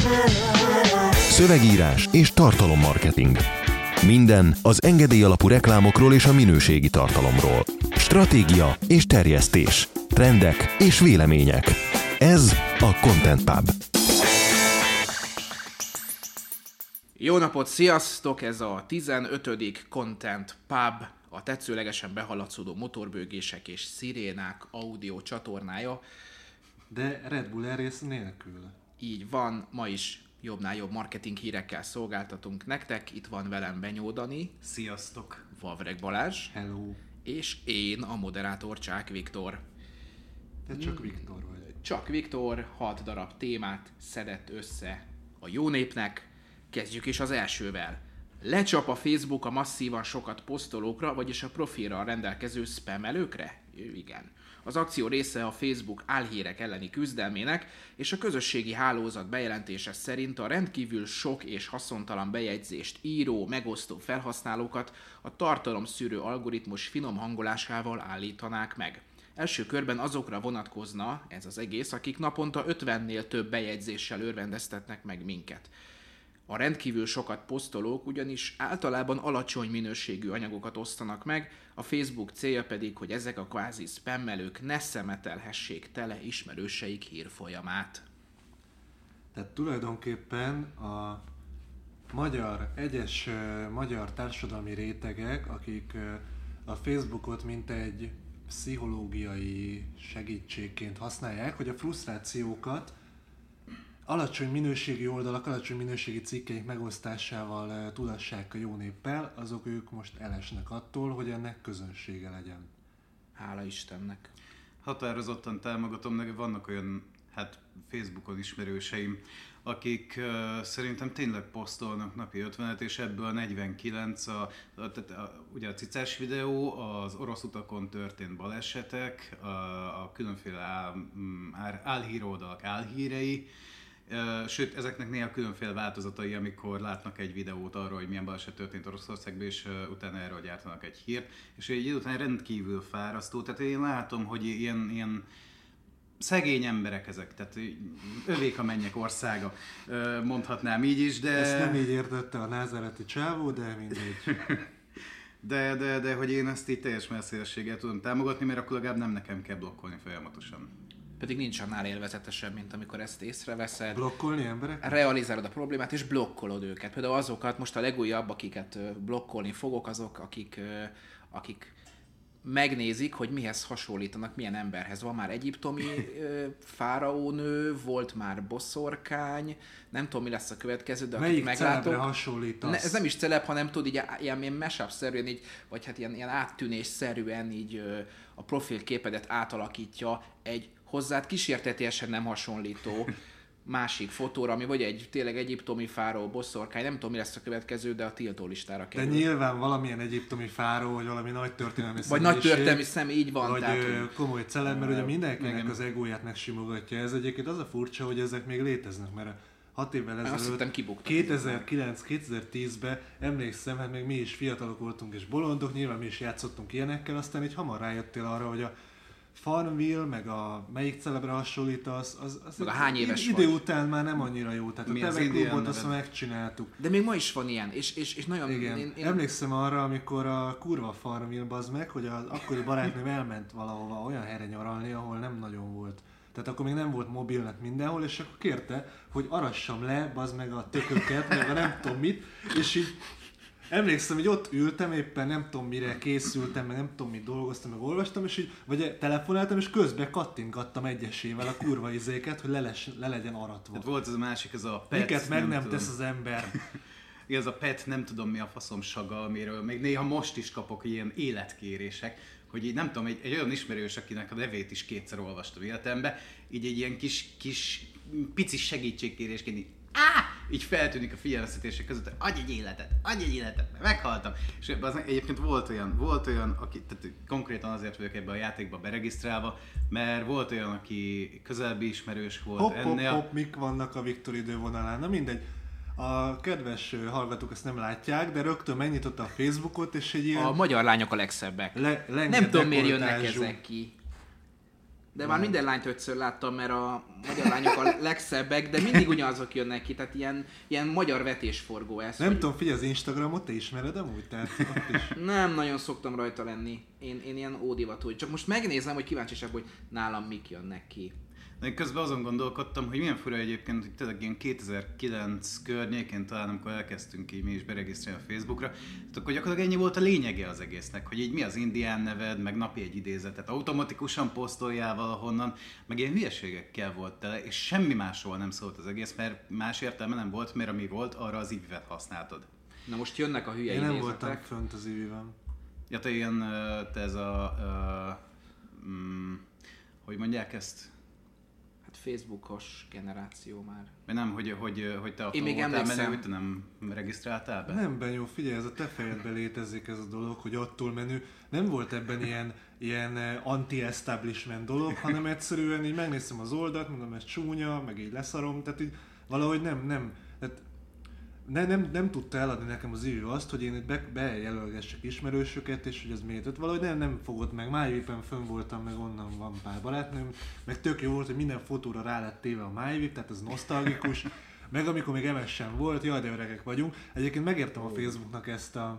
Szövegírás és tartalommarketing. Minden az engedély alapú reklámokról és a minőségi tartalomról. Stratégia és terjesztés. Trendek és vélemények. Ez a Content Pub. Jó napot, sziasztok! Ez a 15. Content Pub, a tetszőlegesen behaladszódó motorbőgések és szirénák audio csatornája. De Red Bull Air nélkül. Így van, ma is jobbnál jobb marketing hírekkel szolgáltatunk nektek. Itt van velem Benyó Dani. Sziasztok! Vavreg Balázs. Hello! És én, a moderátor Csák Viktor. Te csak Viktor vagy. Csak Viktor 6 darab témát szedett össze a jó népnek. Kezdjük is az elsővel. Lecsap a Facebook a masszívan sokat posztolókra, vagyis a profilra rendelkező spamelőkre? Igen. Az akció része a Facebook álhírek elleni küzdelmének, és a közösségi hálózat bejelentése szerint a rendkívül sok és haszontalan bejegyzést író, megosztó felhasználókat a tartalomszűrő algoritmus finom hangolásával állítanák meg. Első körben azokra vonatkozna ez az egész, akik naponta 50-nél több bejegyzéssel örvendeztetnek meg minket. A rendkívül sokat posztolók ugyanis általában alacsony minőségű anyagokat osztanak meg, a Facebook célja pedig, hogy ezek a kvázi spammelők ne szemetelhessék tele ismerőseik hírfolyamát. Tehát tulajdonképpen a egyes magyar társadalmi rétegek, akik a Facebookot mint egy pszichológiai segítségként használják, hogy a frusztrációkat alacsony minőségi oldalak, alacsony minőségi cikkeik megosztásával tudassák a jó néppel, azok ők most elesnek attól, hogy ennek közönsége legyen. Hála Istennek. Határozottan támogatom, de vannak olyan Facebookon ismerőseim, akik szerintem tényleg posztolnak napi 50-et, és ebből 49 ugye a cicás videó, az orosz utakon történt balesetek, a különféle álhíroldalak álhírei, sőt, ezeknek néha különféle változatai, amikor látnak egy videót arról, hogy milyen baleset történt Oroszországban, és utána erről gyártanak egy hírt, és egy idő után rendkívül fárasztó, tehát én látom, hogy ilyen szegény emberek ezek, tehát övék a mennyek országa, mondhatnám így is, de... Ezt nem így értette a názáreti csávó, de mindegy. De hogy én ezt így teljes messzélességgel tudom támogatni, mert akkor legalább nem nekem kell blokkolni folyamatosan. Pedig nincs annál élvezetesebb, mint amikor ezt észreveszed. Blokkolni embereket? Realizálod a problémát, és blokkolod őket. Például azokat, most a legújabb, akiket blokkolni fogok, azok, akik megnézik, hogy mihez hasonlítanak, milyen emberhez. Van már egyiptomi fáraónő, volt már boszorkány, nem tudom, mi lesz a következő, de melyik akik meglátok... celebre hasonlítasz? Ez nem is celeb, hanem tudod, így ilyen mashup-szerűen, így, vagy hát ilyen áttűnés-szerűen így a profilképedet átalakítja egy hozzád kísértetiesen nem hasonlító másik fotóra, ami vagy egy tényleg egyiptomi fáraó, boszorkány, nem tudom, mi lesz a következő, de a tiltó listára kerül. De nyilván valamilyen egyiptomi fáraó, vagy valami nagy történelmi vagy nagy történelmi így van. Vagy tehát, komoly celeb, mert ugye mindenkinek az egóját megsimogatja. Ez egyébként az a furcsa, hogy ezek még léteznek, mert 6 évvel ezelőtt, 2009-2010-ben emlékszem, hát még mi is fiatalok voltunk és bolondok, nyilván mi is játszottunk ilyenekkel, aztán így hamar rájöttél arra, hogy a Farmville, meg a melyik celebre hasonlítasz, az meg a hány éves idő után már nem annyira jó. Tehát mi a TV klubot azt megcsináltuk. De még ma is van ilyen, és nagyon... Igen. Emlékszem arra, amikor a kurva Farmville bazd meg, hogy az akkori barátnőm elment valahova olyan helyre nyaralni, ahol nem nagyon volt. Tehát akkor még nem volt mobilnet mindenhol, és akkor kérte, hogy arassam le bazd meg a tököket, meg a nem tudom mit, és így emlékszem, hogy ott ültem, éppen nem tudom mire készültem, meg nem tudom mit dolgoztam, meg olvastam, és így, vagy telefonáltam, és közben kattingattam egyesével a kurva izéket, hogy le legyen aratva. Tehát volt ez a másik, ez a pet. Miket meg nem tesz az ember. Igen, ez a pet, nem tudom mi a faszom saga, amiről még néha most is kapok ilyen életkérések, hogy így nem tudom, egy olyan ismerős, akinek a nevét is kétszer olvastam életembe, így egy ilyen kis pici segítségkérésként így feltűnik a figyelmeztetések között, hogy adj egy életet, mert meghaltam. És egyébként volt olyan, aki, tehát konkrétan azért vagyok ebben a játékban beregisztrálva, mert volt olyan, aki közelebbi ismerős volt ennél. Hopp, mik vannak a Viktor idővonalán, na mindegy. A kedves hallgatók ezt nem látják, de rögtön megnyitotta a Facebookot, és egy ilyen... A magyar lányok a legszebbek. Nem tudom, miért jönnek ezek ki. De már minden lányt ötször láttam, mert a magyar lányok a legszebbek, de mindig ugyanazok jönnek ki, tehát ilyen magyar vetésforgó ez. Nem tudom, figyelj, az Instagramot te ismered amúgy? Tehát ott is... Nem nagyon szoktam rajta lenni. Én ilyen ódivatúj. Csak most megnézem, hogy kíváncsiság, hogy nálam mik jönnek ki. De én közben azon gondolkodtam, hogy milyen fura egyébként, hogy tényleg ilyen 2009 környékén talán, amikor elkezdtünk így mi is beregisztrálni a Facebookra, tehát akkor gyakorlatilag ennyi volt a lényege az egésznek, hogy így mi az indián neved, meg napi egy idézetet automatikusan posztoljál valahonnan, meg ilyen hülyeségekkel volt tele, és semmi másról nem szólt az egész, mert más értelme nem volt, mert ami volt, arra az ivivet használtad. Na most jönnek a hülye Én idézetek. nem voltam fönt az iviben. Ja, te ilyen, te ez a, hogy mondják ezt? Facebookos generáció már. Mert nem, hogy te attól még voltál emlékszem. menő, hogy te nem regisztráltál be? Nem, Benyó, figyelj, ez a te fejedben létezik ez a dolog, hogy attól menő. Nem volt ebben ilyen anti-establishment dolog, hanem egyszerűen így megnéztem az oldalt, mondom, ez csúnya, meg így leszarom, tehát így valahogy nem tudta eladni nekem az ívő azt, hogy én itt bejelölgessek ismerősöket, és hogy ez miért. Tehát valahogy nem fogott meg. MyVip-en fönn voltam, meg onnan van pár barátnőm, meg tök jó volt, hogy minden fotóra rá lett téve a MyVip, tehát ez nosztalgikus. Meg amikor még MS-en volt, jaj, de öregek vagyunk. Egyébként megértem a Facebooknak ezt a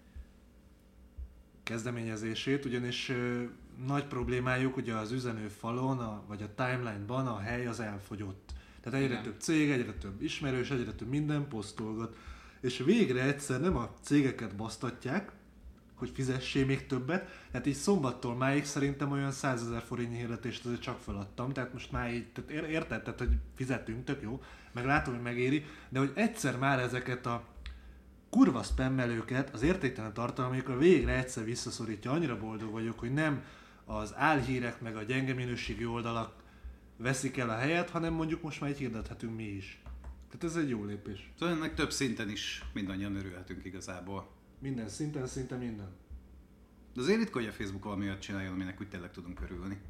kezdeményezését, ugyanis nagy problémájuk ugye az üzenőfalon, vagy a timeline-ban a hely az elfogyott. Tehát egyre több cég, egyre több ismerős, egyre több minden posztolgat. És végre egyszer nem a cégeket basztatják, hogy fizessél még többet, tehát így szombattól máig szerintem olyan 100 000 forintnyi hirdetést azért csak feladtam, tehát most már így, tehát érted, tehát, hogy fizetünk, tök jó, meg látom, hogy megéri, de hogy egyszer már ezeket a kurva spammelőket, az értéktelen tartalmaikra végre egyszer visszaszorítja, annyira boldog vagyok, hogy nem az álhírek meg a gyenge minőségi oldalak veszik el a helyet, hanem mondjuk most már így hirdethetünk mi is. Tehát ez egy jó lépés. Szóval ennek több szinten is mindannyian örülhetünk igazából. Minden szinten, szinte minden. De azért ritka, hogy a Facebook valami olyat csináljon, aminek úgy tényleg tudunk örülni.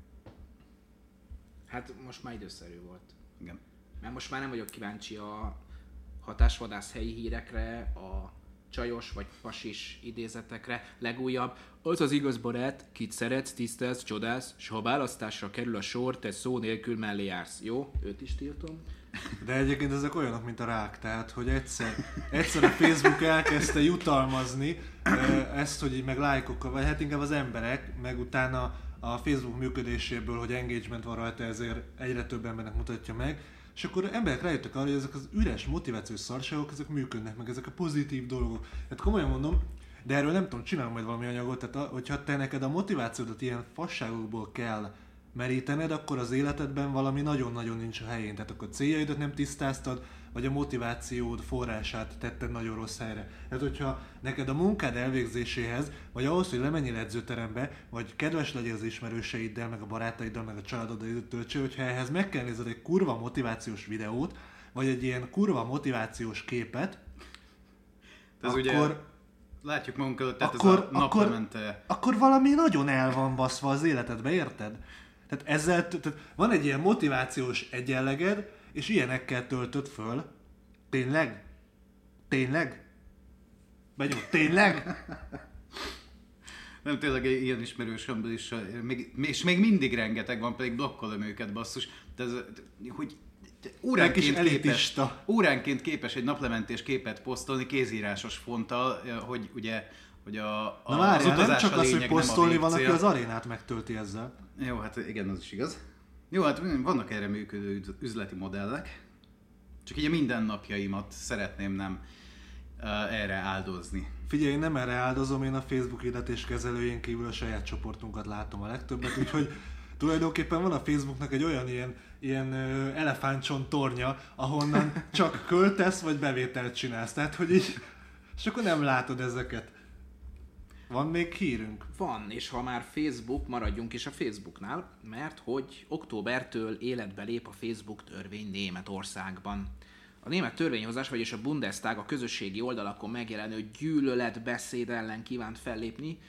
Hát most már időszerű volt. Igen. Mert most már nem vagyok kíváncsi a hatásvadász helyi hírekre, a csajos vagy pasis idézetekre. Legújabb, az az igaz barát, kit szeretsz, tisztelsz, csodálsz, s ha választásra kerül a sor, te szó nélkül mellé jársz. Jó? Őt is tiltom. De egyébként ezek olyanok, mint a rák, tehát hogy egyszer a Facebook elkezdte jutalmazni ezt, hogy így meg lájkokkal, vagy hát inkább az emberek, meg utána a Facebook működéséből, hogy engagement van rajta, ezért egyre több embernek mutatja meg, és akkor emberek rájöttek arra, hogy ezek az üres motivációs szarságok, ezek működnek, meg ezek a pozitív dolgok. Hát komolyan mondom, de erről nem tudom, csinálom majd valami anyagot, tehát hogyha te neked a motivációdat ilyen fasságokból kell merítened, akkor az életedben valami nagyon-nagyon nincs a helyén. Tehát akkor a céljaidat nem tisztáztad, vagy a motivációd forrását tetted nagyon rossz helyre. Tehát hogyha neked a munkád elvégzéséhez, vagy ahhoz, hogy lemenjél edzőterembe, vagy kedves legyél az ismerőseiddel, meg a barátaiddal, meg a családoddal időt töltsél, hogyha ehhez meg kell nézned egy kurva motivációs videót, vagy egy ilyen kurva motivációs képet, ez akkor... Ugye... Látjuk magunk előtt, tehát ez a naplemente... Akkor valami nagyon el van baszva az életedbe, érted? Tehát ezzel, tehát van egy ilyen motivációs egyenleged, és ilyenekkel töltöd föl. Tényleg? Tényleg? Megyünk, tényleg? Nem, tényleg ilyen ismerősömből is, és még mindig rengeteg van, pedig blokkolom őket, basszus. De ez, hogy óránként képes egy naplementés képet posztolni kézírásos fonttal, hogy ugye hogy Na várjál, nem csak az, hogy posztolni van, aki az arénát megtölti ezzel. Jó, hát igen, az is igaz. Jó, hát vannak erre működő üzleti modellek, csak így a mindennapjaimat szeretném nem erre áldozni. Figyelj, én nem erre áldozom, én a Facebook hirdetéskezelőjén kívül a saját csoportunkat látom a legtöbbet, úgyhogy tulajdonképpen van a Facebooknak egy olyan ilyen elefántcsont tornya, ahonnan csak költesz vagy bevételt csinálsz, tehát hogy így, és akkor nem látod ezeket. Van még hírünk? Van, és ha már Facebook, maradjunk is a Facebooknál, mert hogy októbertől életbe lép a Facebook törvény Németországban. A német törvényhozás, vagyis a Bundestag a közösségi oldalakon megjelenő gyűlöletbeszéd ellen kívánt fellépni,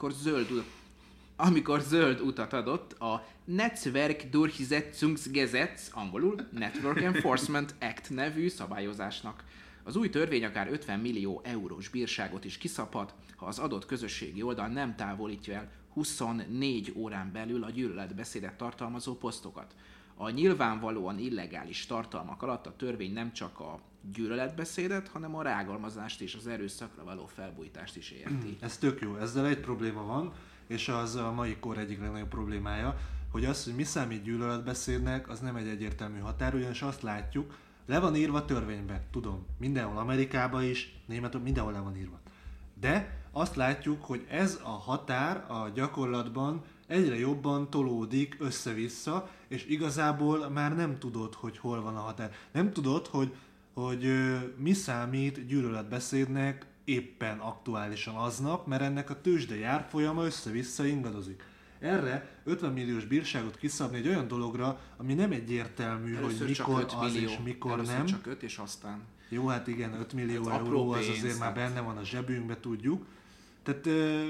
amikor zöld utat adott a Netzwerkdurchsetzungsgesetz, angolul Network Enforcement Act nevű szabályozásnak. Az új törvény akár 50 millió eurós bírságot is kiszabhat, ha az adott közösségi oldal nem távolítja el 24 órán belül a gyűlöletbeszédet tartalmazó posztokat. A nyilvánvalóan illegális tartalmak alatt a törvény nem csak a gyűlöletbeszédet, hanem a rágalmazást és az erőszakra való felbújtást is érti. Ez tök jó, ezzel egy probléma van, és az a mai kor egyik legnagyobb problémája, hogy az, hogy mi számít gyűlöletbeszédnek, az nem egy egyértelmű határ, ugyanis azt látjuk, le van írva törvénybe, tudom, mindenhol Amerikában is, Németországban, mindenhol le van írva. De azt látjuk, hogy ez a határ a gyakorlatban egyre jobban tolódik össze-vissza, és igazából már nem tudod, hogy hol van a határ. Nem tudod, hogy mi számít gyűlöletbeszédnek éppen aktuálisan aznap, mert ennek a tőzsdei árfolyama össze-vissza ingadozik. Erre 50 milliós bírságot kiszabni egy olyan dologra, ami nem egyértelmű, Először hogy mikor az és mikor először nem. csak 5, és aztán... Jó, hát igen, 5 millió Hát euró, az pénz, azért már hát. benne van a zsebünkbe, tudjuk. Tehát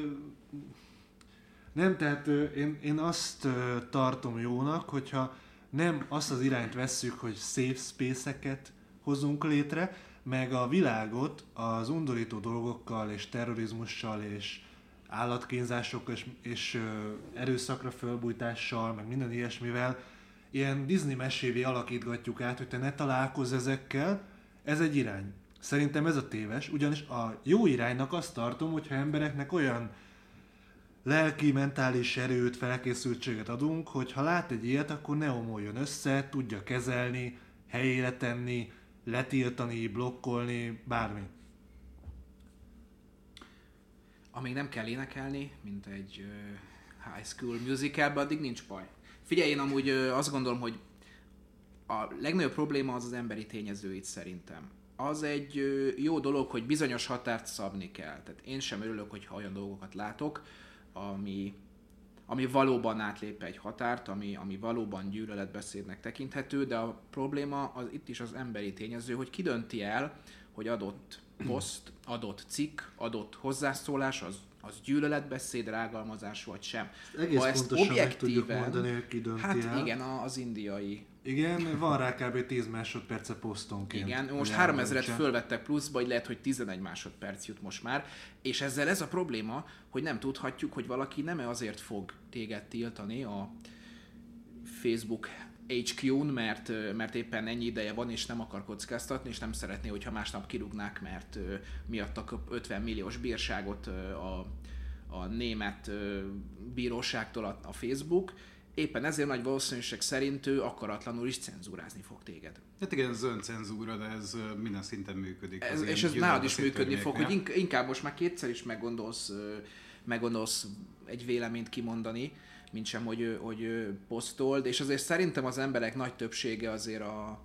nem, tehát én azt tartom jónak, hogyha nem azt az irányt vesszük, hogy safe space-eket hozunk létre, meg a világot az undorító dolgokkal és terrorizmussal és állatkínzásokkal és erőszakra fölbújtással, meg minden ilyesmivel ilyen Disney mesévé alakítgatjuk át, hogy te ne találkozz ezekkel, ez egy irány. Szerintem ez a téves, ugyanis a jó iránynak azt tartom, hogyha embereknek olyan lelki, mentális erőt, felkészültséget adunk, hogy ha lát egy ilyet, akkor ne omoljon össze, tudja kezelni, helyére tenni, letiltani, blokkolni, bármi. Amíg nem kell énekelni, mint egy High School Musicalben, addig nincs baj. Figyelj, én amúgy azt gondolom, hogy a legnagyobb probléma az emberi tényező itt szerintem. Az egy jó dolog, hogy bizonyos határt szabni kell. Tehát én sem örülök, hogyha olyan dolgokat látok, ami valóban átlép egy határt, ami valóban gyűlöletbeszédnek tekinthető, de a probléma az itt is az emberi tényező, hogy ki dönti el, hogy adott poszt, adott cikk, adott hozzászólás, az gyűlöletbeszéd, rágalmazás vagy sem. Egész pontosan meg tudjuk mondani, hogy ki dönti el. Hát igen, az indiai. Igen, van rá kb. 10 másodperce posztonként. Igen, most 3000-et fölvettek pluszba, hogy lehet, hogy 11 másodperc jut most már, és ezzel ez a probléma, hogy nem tudhatjuk, hogy valaki nem azért fog téged tiltani a Facebook HQ-n, mert éppen ennyi ideje van, és nem akar kockáztatni, és nem szeretné, hogyha másnap kirúgnák, mert miatta kap 50 milliós bírságot a német bíróságtól a Facebook. Éppen ezért nagy valószínűség szerint ő akaratlanul is cenzúrázni fog téged. Hát igen, ez öncenzúra, de ez minden szinten működik. És ez nálad is működni fog, hogy inkább most már kétszer is meggondolsz egy véleményt kimondani, mint sem, hogy posztold, és azért szerintem az emberek nagy többsége azért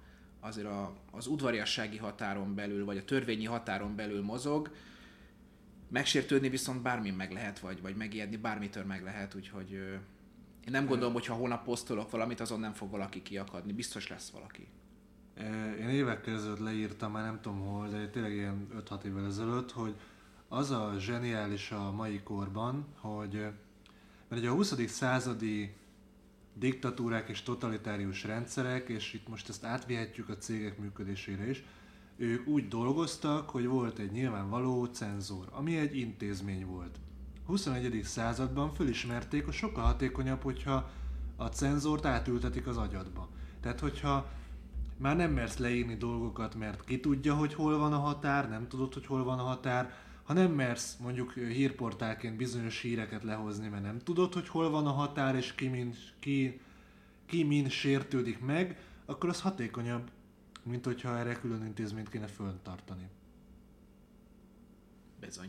az udvariassági határon belül, vagy a törvényi határon belül mozog. Megsértődni viszont bármin meg lehet, vagy megijedni bármitől meg lehet, úgyhogy én nem gondolom, hogy ha holnap posztolok valamit, azon nem fog valaki kiakadni. Biztos lesz valaki. Én évekkel ezelőtt leírtam, már nem tudom hol, de tényleg ilyen 5-6 évvel ezelőtt, hogy az a zseniális a mai korban, hogy mert ugye a 20. századi diktatúrák és totalitárius rendszerek, és itt most ezt átvihetjük a cégek működésére is, ők úgy dolgoztak, hogy volt egy nyilvánvaló cenzor, ami egy intézmény volt. 21. században fölismerték, hogy sokkal hatékonyabb, hogyha a cenzort átültetik az agyadba. Tehát, hogyha már nem mersz leírni dolgokat, mert ki tudja, hogy hol van a határ, nem tudod, hogy hol van a határ, ha nem mersz mondjuk hírportálként bizonyos híreket lehozni, mert nem tudod, hogy hol van a határ, és ki min sértődik meg, akkor az hatékonyabb, mint hogyha erre külön intézményt kéne föntartani. Bizony.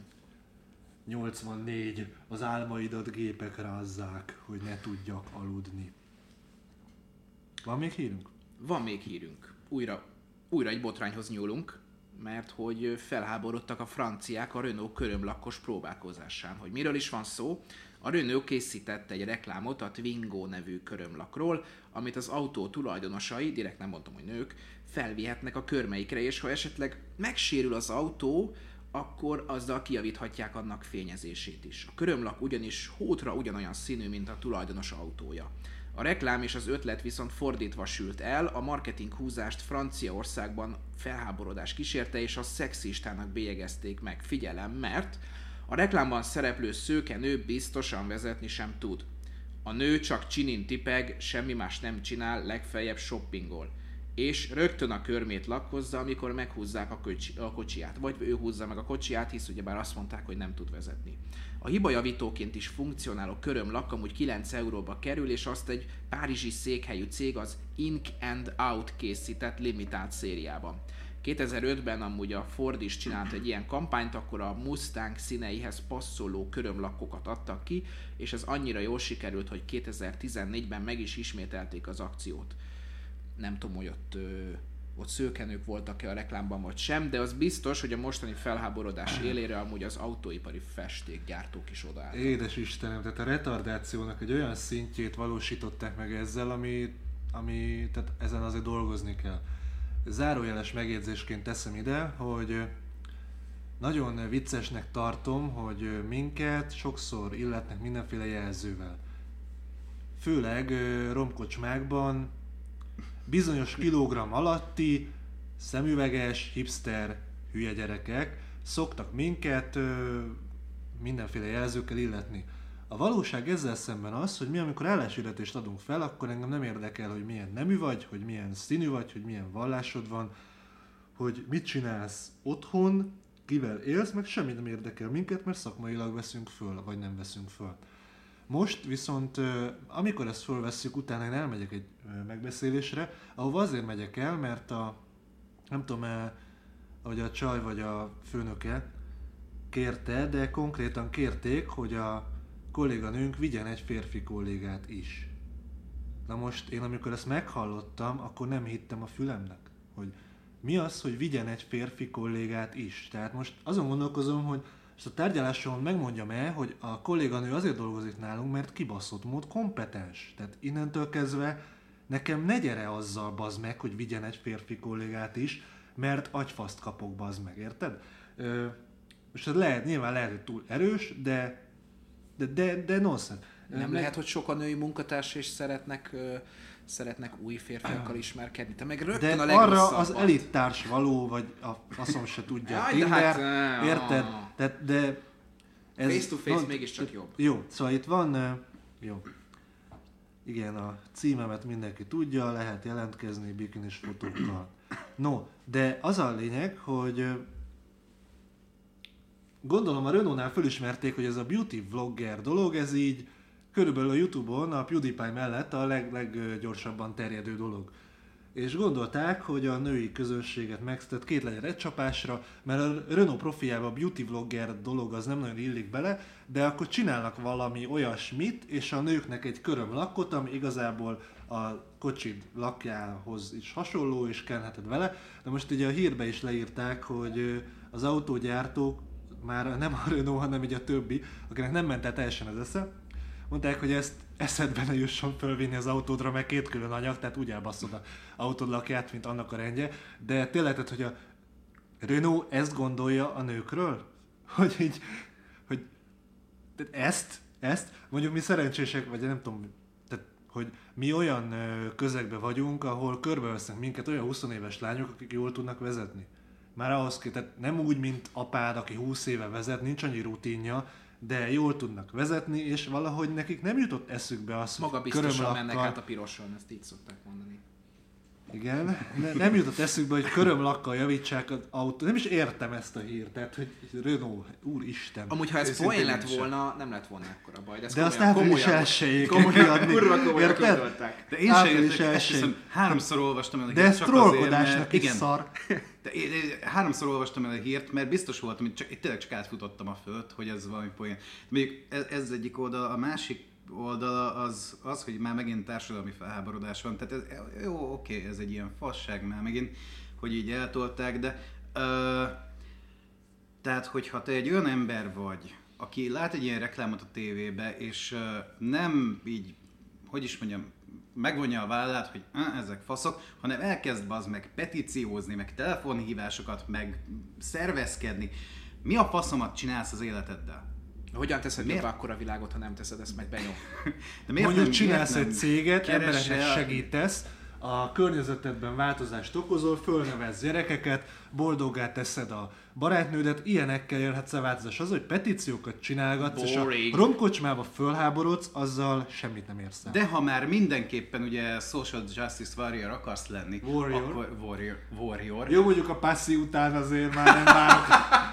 84. Az álmaidat gépek rázzák, hogy ne tudjak aludni. Van még hírünk? Van még hírünk. Újra egy botrányhoz nyúlunk, mert hogy felháborodtak a franciák a Renault körömlakkos próbálkozásán. Hogy miről is van szó? A Renault készített egy reklámot a Twingo nevű körömlakról, amit az autó tulajdonosai, direkt nem mondtam, hogy nők, felvihetnek a körmeikre, és ha esetleg megsérül az autó, akkor azzal kijavíthatják annak fényezését is. A körömlak ugyanis hótra ugyanolyan színű, mint a tulajdonos autója. A reklám és az ötlet viszont fordítva sült el, a marketing húzást Franciaországban felháborodás kísérte, és a szexistának bélyegezték meg. Figyelem, mert A reklámban szereplő szőke nő biztosan vezetni sem tud. A nő csak csinin tipeg, semmi más nem csinál, legfeljebb shoppingol. És rögtön a körmét lakkozza, amikor meghúzzák a kocsiját. Vagy ő húzza meg a kocsiját, hisz ugyebár azt mondták, hogy nem tud vezetni. A hibajavítóként is funkcionáló körömlak amúgy 9 euróba kerül, és azt egy párizsi székhelyű cég az Ink and Out készített limitált szériában. 2005-ben amúgy a Ford is csinált egy ilyen kampányt, akkor a Mustang színeihez passzoló körömlakkokat adtak ki, és ez annyira jól sikerült, hogy 2014-ben meg is ismételték az akciót. Nem tudom, hogy ott szőkenők voltak-e a reklámban vagy sem, de az biztos, hogy a mostani felháborodás élére amúgy az autóipari festékgyártók is odaálltak. Édes Istenem, tehát a retardációnak egy olyan szintjét valósították meg ezzel, ami tehát ezen azért dolgozni kell. Zárójeles megjegyzésként teszem ide, hogy nagyon viccesnek tartom, hogy minket sokszor illetnek mindenféle jelzővel. Főleg romkocsmákban bizonyos kilogramm alatti, szemüveges, hipster, hülye gyerekek szoktak minket mindenféle jelzőkkel illetni. A valóság ezzel szemben az, hogy mi amikor álláshirdetést adunk fel, akkor engem nem érdekel, hogy milyen nemű vagy, hogy milyen színű vagy, hogy milyen vallásod van, hogy mit csinálsz otthon, kivel élsz, meg semmi nem érdekel minket, mert szakmailag veszünk föl, vagy nem veszünk föl. Most viszont, amikor ezt fölvesszük, utána én elmegyek egy megbeszélésre, ahova azért megyek el, mert nem tudom, hogy a csaj vagy a főnöke kérte, de konkrétan kérték, hogy a kolléganőnk vigyen egy férfi kollégát is. Na most én amikor ezt meghallottam, akkor nem hittem a fülemnek, hogy mi az, hogy vigyen egy férfi kollégát is. Tehát most azon gondolkozom, hogy ezt a tárgyaláson megmondjam el, hogy a kolléganő azért dolgozik nálunk, mert kibaszott mód kompetens. Tehát innentől kezdve nekem ne gyere azzal, bazd meg, hogy vigyen egy férfi kollégát is, mert agyfaszt kapok, bazd meg, érted? Most ez nyilván lehet, hogy túl erős, de nonsense. Nem lehet, hogy sokan női munkatárs és szeretnek új férfiakkal ismerkedni. Te meg rögtön de a legrosszabbat. arra az elittárs való, vagy a faszom se tudja. Jaj, Tinder, hát, érted? De ez, face to face mégiscsak jobb. Jó, szóval itt van, jó. Igen, a címemet mindenki tudja, lehet jelentkezni bikinis fotókkal. No, de az a lényeg, hogy gondolom a Renault-nál fölismerték, hogy ez a beauty vlogger dolog, ez így körülbelül a YouTube-on a PewDiePie mellett a leggyorsabban terjedő dolog. És gondolták, hogy a női közönséget megsztett két legyen egy csapásra, mert a Renault profiába a beauty vlogger dolog az nem nagyon illik bele, de akkor csinálnak valami olyasmit, és a nőknek egy körömlakkot, ami igazából a kocsid lakjához is hasonló, és kenheted vele. De most ugye a hírbe is leírták, hogy az autógyártók, már nem a Renault, hanem így a többi, akinek nem ment el teljesen az esze, mondták, hogy ezt eszedbe ne jusson fölvinni az autódra, mert két külön anyag, tehát úgy elbasszod az autód lakját, mint annak a rendje. De tényleg, hogy a Renault ezt gondolja a nőkről? Hogy így, hogy ezt, mondjuk mi szerencsések, vagy nem tudom, tehát, hogy mi olyan közegben vagyunk, ahol körbevesznek minket olyan 20 éves lányok, akik jól tudnak vezetni. Már ahhoz tehát nem úgy, mint apád, aki 20 éve vezet, nincs annyi rutinja, de jól tudnak vezetni, és valahogy nekik nem jutott eszükbe az, maga biztosan mennek át a piroson, ezt így szokták mondani. Igen, nem jutott eszükbe, hogy körömlakkal javítsák az autót. Nem is értem ezt a hírt, tehát hogy Renault, úristen. Amúgy ha ez poén lett volna, nem lett volna ekkora baj. De azt április 1-jéig kiadni. Kurva komolyan kiadták. De én sem értek, hiszem, háromszor olvastam el a hírt. De ez trollkodásnak is szar. De én háromszor olvastam el a hírt, mert biztos voltam, hogy tényleg csak átfutottam a föld, hogy ez valami poén. Mondjuk ez egyik oldala, a másik oldala az, hogy már megint társadalmi felháborodás van. Tehát jó, oké, ez egy ilyen fasság már megint, hogy így eltolták, de tehát, hogyha te egy olyan ember vagy, aki lát egy ilyen reklámot a tévébe, és nem így, hogy is mondjam, megvonja a vállát, hogy ezek faszok, hanem elkezd bazd meg petíciózni, meg telefonhívásokat, meg szervezkedni. Mi a faszomat csinálsz az életeddel? Hogyan teszed jobb akkor a világot, ha nem teszed ezt, meg benyom? Mondjuk csinálsz egy céget, embereknek segítesz, a környezetedben változást okozol, fölnevelsz gyerekeket, boldoggá teszed a barátnődet, ilyenekkel érhetsz a változás. Az, hogy petíciókat csinálgatsz, Boring. és a romkocsmába fölháborodsz, azzal semmit nem érsz el. De ha már mindenképpen ugye social justice warrior akarsz lenni, akkor warrior. Jó, mondjuk a passzi után azért már nem várok.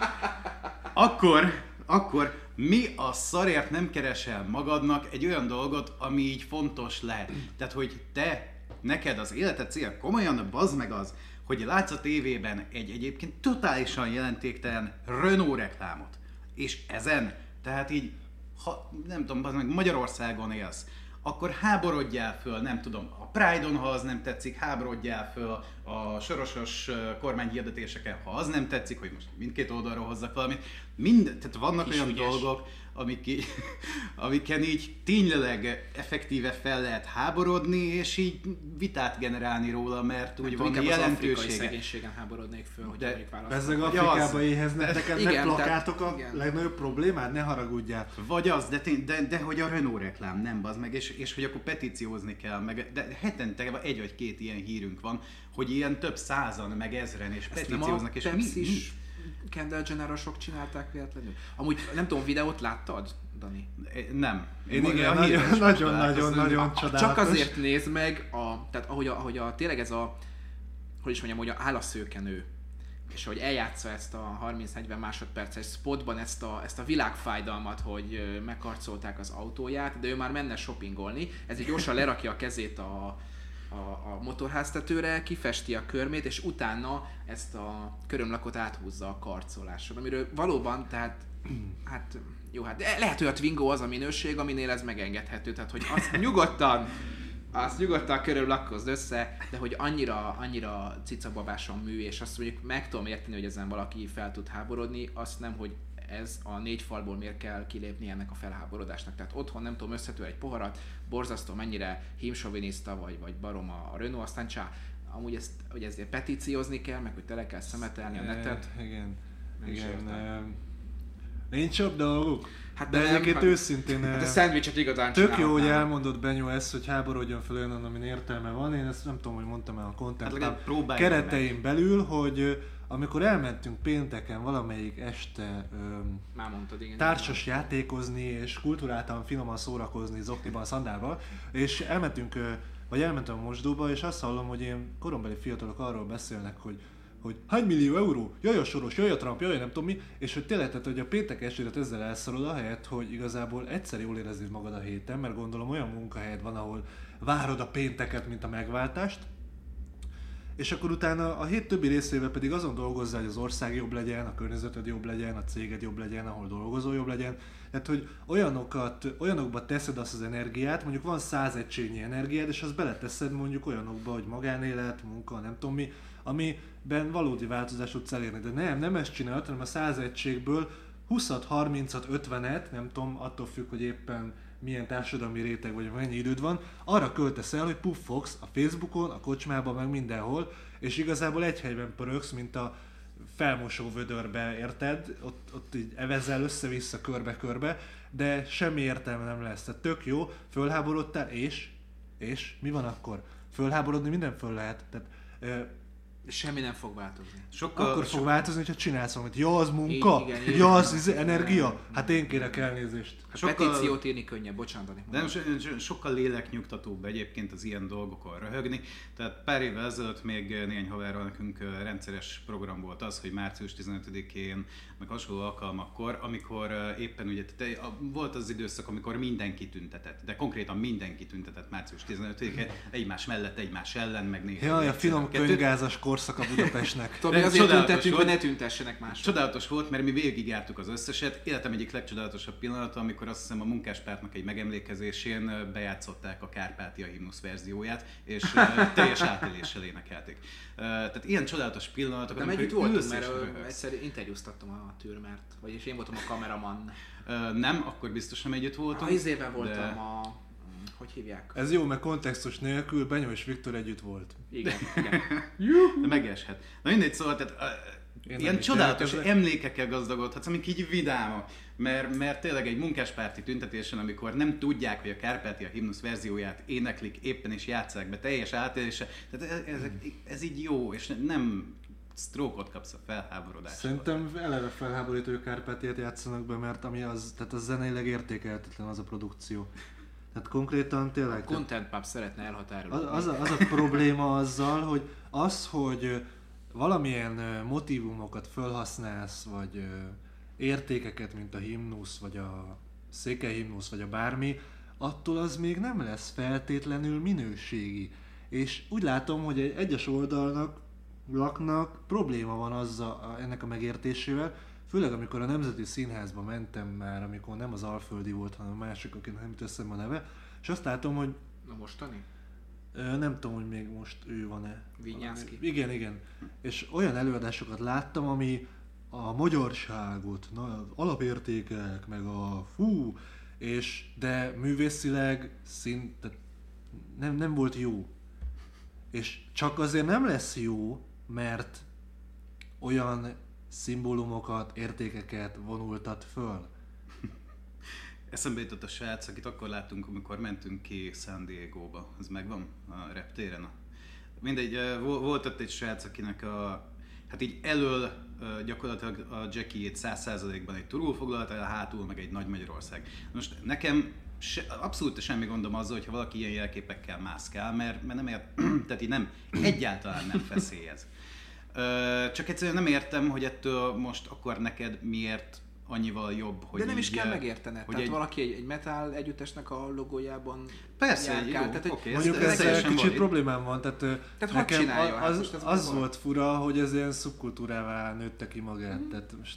Akkor mi a szarért nem keresel magadnak egy olyan dolgot, ami így fontos lehet? Tehát, hogy neked az életed cél komolyan, bazd meg az, hogy látsz a tévében egy egyébként totálisan jelentéktelen Renault reklámot. És ezen, tehát így, ha nem tudom, bazd meg Magyarországon élsz, akkor háborodjál föl, nem tudom, a Pride-on, ha az nem tetszik, háborodjál föl a sorosos kormányhirdetéseken, ha az nem tetszik, hogy most mindkét oldalról hozzak valamit. Tehát vannak Kis olyan ügyes dolgok, amiken így tényleg effektíve fel lehet háborodni, és így vitát generálni róla, mert úgy van jelentősége. Az afrikai jelentősége. szegénységen háborodnék föl, hogy mondjuk választok. Bezzeg Afrikába éheznek, neked Igen, megplakáltok a igen. legnagyobb problémád? Ne haragudjál. Vagy az, de hogy a Renault reklám, nem bazd meg, és hogy akkor petíciózni kell, meg, de hetente egy vagy két ilyen hírünk van, hogy ilyen több százan, meg ezren, és petícióznak, és mi? Kendall Jenner-osok csinálták véletlenül? Amúgy nem tudom, videót láttad, Dani? Nem. Én igen, a híres nagyon csodálatos. Csak azért nézd meg, tehát ahogy tényleg ez a, hogy is mondjam, hogy áll a szőkenő, és hogy eljátsza ezt a 30-40 másodperces spotban ezt a világfájdalmat, hogy megkarcolták az autóját, de ő már menne shoppingolni, ezért gyorsan lerakja a kezét a motorháztetőre, kifesti a körmét, és utána ezt a körömlakot áthúzza a karcoláson, amiről valóban, tehát hát jó, hát de lehet, hogy a Twingo az a minőség, aminél ez megengedhető, tehát hogy azt nyugodtan körömlakkozd össze, de hogy annyira cicababáson mű, és azt mondjuk meg tudom érteni, hogy ezen valaki fel tud háborodni, azt nem, hogy ez a 4 falból miért kell kilépni ennek a felháborodásnak. Tehát otthon nem tudom, összetör egy poharat, borzasztó mennyire hímsoviniszta vagy barom a Renault, aztán amúgy hogy ezért petíciózni kell, meg hogy tele kell szemetelni a netet. Igen. Nincs jobb dolguk? Hát de egyébként őszintén... Hát a szendvicset igazán tök jó, hogy elmondod, Benyó, ezt, hogy háborodjon fel olyan, amin értelme van. Én ezt nem tudom, hogy mondtam el a Content keretein belül, hogy amikor elmentünk pénteken valamelyik este már mondtad, igen, társas játékozni és kulturáltan finoman szórakozni zokniban, szandálban, és elmentem a mosdóba, és azt hallom, hogy ilyen korombeli fiatalok arról beszélnek, hogy hány millió euró, jaj a Soros, jaj a Trump, jaj nem tudom mi, és hogy tényleg, tehát, hogy a péntek estéret ezzel elszorod, ahelyett, hogy igazából egyszer jól érezzéd magad a héten, mert gondolom olyan munkahelyed van, ahol várod a pénteket, mint a megváltást, és akkor utána a hét többi részével pedig azon dolgozzál, hogy az ország jobb legyen, a környezeted jobb legyen, a céged jobb legyen, ahol dolgozó jobb legyen. Tehát, hogy olyanokba teszed azt az energiát, mondjuk van 100 egységnyi energiád, és azt beleteszed mondjuk olyanokba, hogy magánélet, munka, nem tudom mi, amiben valódi változást tudsz elérni. De nem ezt csinálod, hanem a 100 egységből 20-at, 30-at, 50-et, nem tudom, attól függ, hogy éppen milyen társadalmi réteg vagy mennyi időd van, arra költesz el, hogy puffogsz a Facebookon, a kocsmában, meg mindenhol, és igazából egy helyben pörögsz, mint a felmosó vödörbe, érted? Ott így evezel össze-vissza körbe-körbe, de semmi értelme nem lesz. Tehát tök jó, fölháborodtál, és mi van akkor? Fölháborodni minden föl lehet. Tehát, semmi nem fog változni. Akkor fog változni, ha csinálsz valamit. Ja, az munka? Ja, az energia? Hát én kérek elnézést. Petíciót írni könnyebb, bocsánat. De sokkal léleknyugtatóbb egyébként az ilyen dolgokon röhögni. Tehát pár évvel ezelőtt még néhány haverral nekünk rendszeres program volt az, hogy március 15-én, meg hasonló alkalmakkor, amikor éppen ugye volt az időszak, amikor mindenki tüntetett, de konkrétan mindenki tüntetett március 15-én, egymás mellett, egymás ellen, meg néha. Jaj, a finom könygázas korszak a Budapestnek. Tomi, azért tüntetünk, hogy ne tüntessenek mások. Csodálatos volt, mert mi végigjártuk az összeset. Életem egyik legcsodálatosabb pillanata, amikor azt hiszem a Munkáspártnak egy megemlékezésén bejátszották a Kárpátia himnusz verzióját, és teljes átéléssel énekelték. Tehát ilyen csodálatos pillanatok. De együtt voltunk, mert egyszer interjúztattam a Türmert, vagyis én voltam a kameraman. Nem, akkor biztos nem együtt voltunk. Az évben voltam hogy hívják? Ez jó, mert kontextus nélkül Benyó és Viktor együtt volt. Igen. De megeshet. Na mindegy, szóval tehát, ilyen csodálatos emlékekkel gazdagodhatsz, amik így vidámak. Mert tényleg egy munkáspárti tüntetésen, amikor nem tudják, hogy a Kárpátia himnusz verzióját éneklik éppen és játsszák be teljes átélése, tehát ez így jó, és nem sztrókot kapsz a felháborodásra. Szerintem eleve felháborító, hogy Kárpátiát játszanak be, mert tehát az zeneileg értékelhetetlen az a produkció. Tehát konkrétan tényleg... A Content Pub szeretne elhatárolni. Az a probléma azzal, hogy valamilyen motívumokat felhasználsz, vagy értékeket, mint a himnusz, vagy a székely himnusz, vagy a bármi, attól az még nem lesz feltétlenül minőségi. És úgy látom, hogy egyes oldalnak probléma van ennek a megértésével, főleg amikor a Nemzeti Színházba mentem már, amikor nem az Alföldi volt, hanem a másik, akinek nem jut eszembe a neve, és azt látom, hogy... Na mostani? Nem tudom, hogy még most ő van-e. Vinyánszky. Igen. És olyan előadásokat láttam, ami a magyarságot, az alapértékek, meg a de művészileg nem volt jó. És csak azért nem lesz jó, mert olyan szimbólumokat, értékeket vonultat föl. Eszembe jutott a srác, akit akkor láttunk, amikor mentünk ki San Diego-ba. Az megvan a reptéren. Mindegy, volt ott egy srác, akinek hát így elől gyakorlatilag a Jackie-ét 100%-ban egy turul foglalta el, hátul meg egy Nagy Magyarország. Most nekem abszolút semmi gondom azzal, hogyha valaki ilyen jelképekkel mászkál, mert nem tehát így nem, egyáltalán nem feszélyez. Csak egyszerűen nem értem, hogy ettől most akkor neked miért annyival jobb, hogy de nem így, is kell megértened, tehát valaki egy metal együttesnek a logójában persze, járkál, jó, oké, mondjuk ezzel kicsit problémám van, tehát nekem az volt fura, hogy ez ilyen szubkultúrává nőtte ki magát, tehát most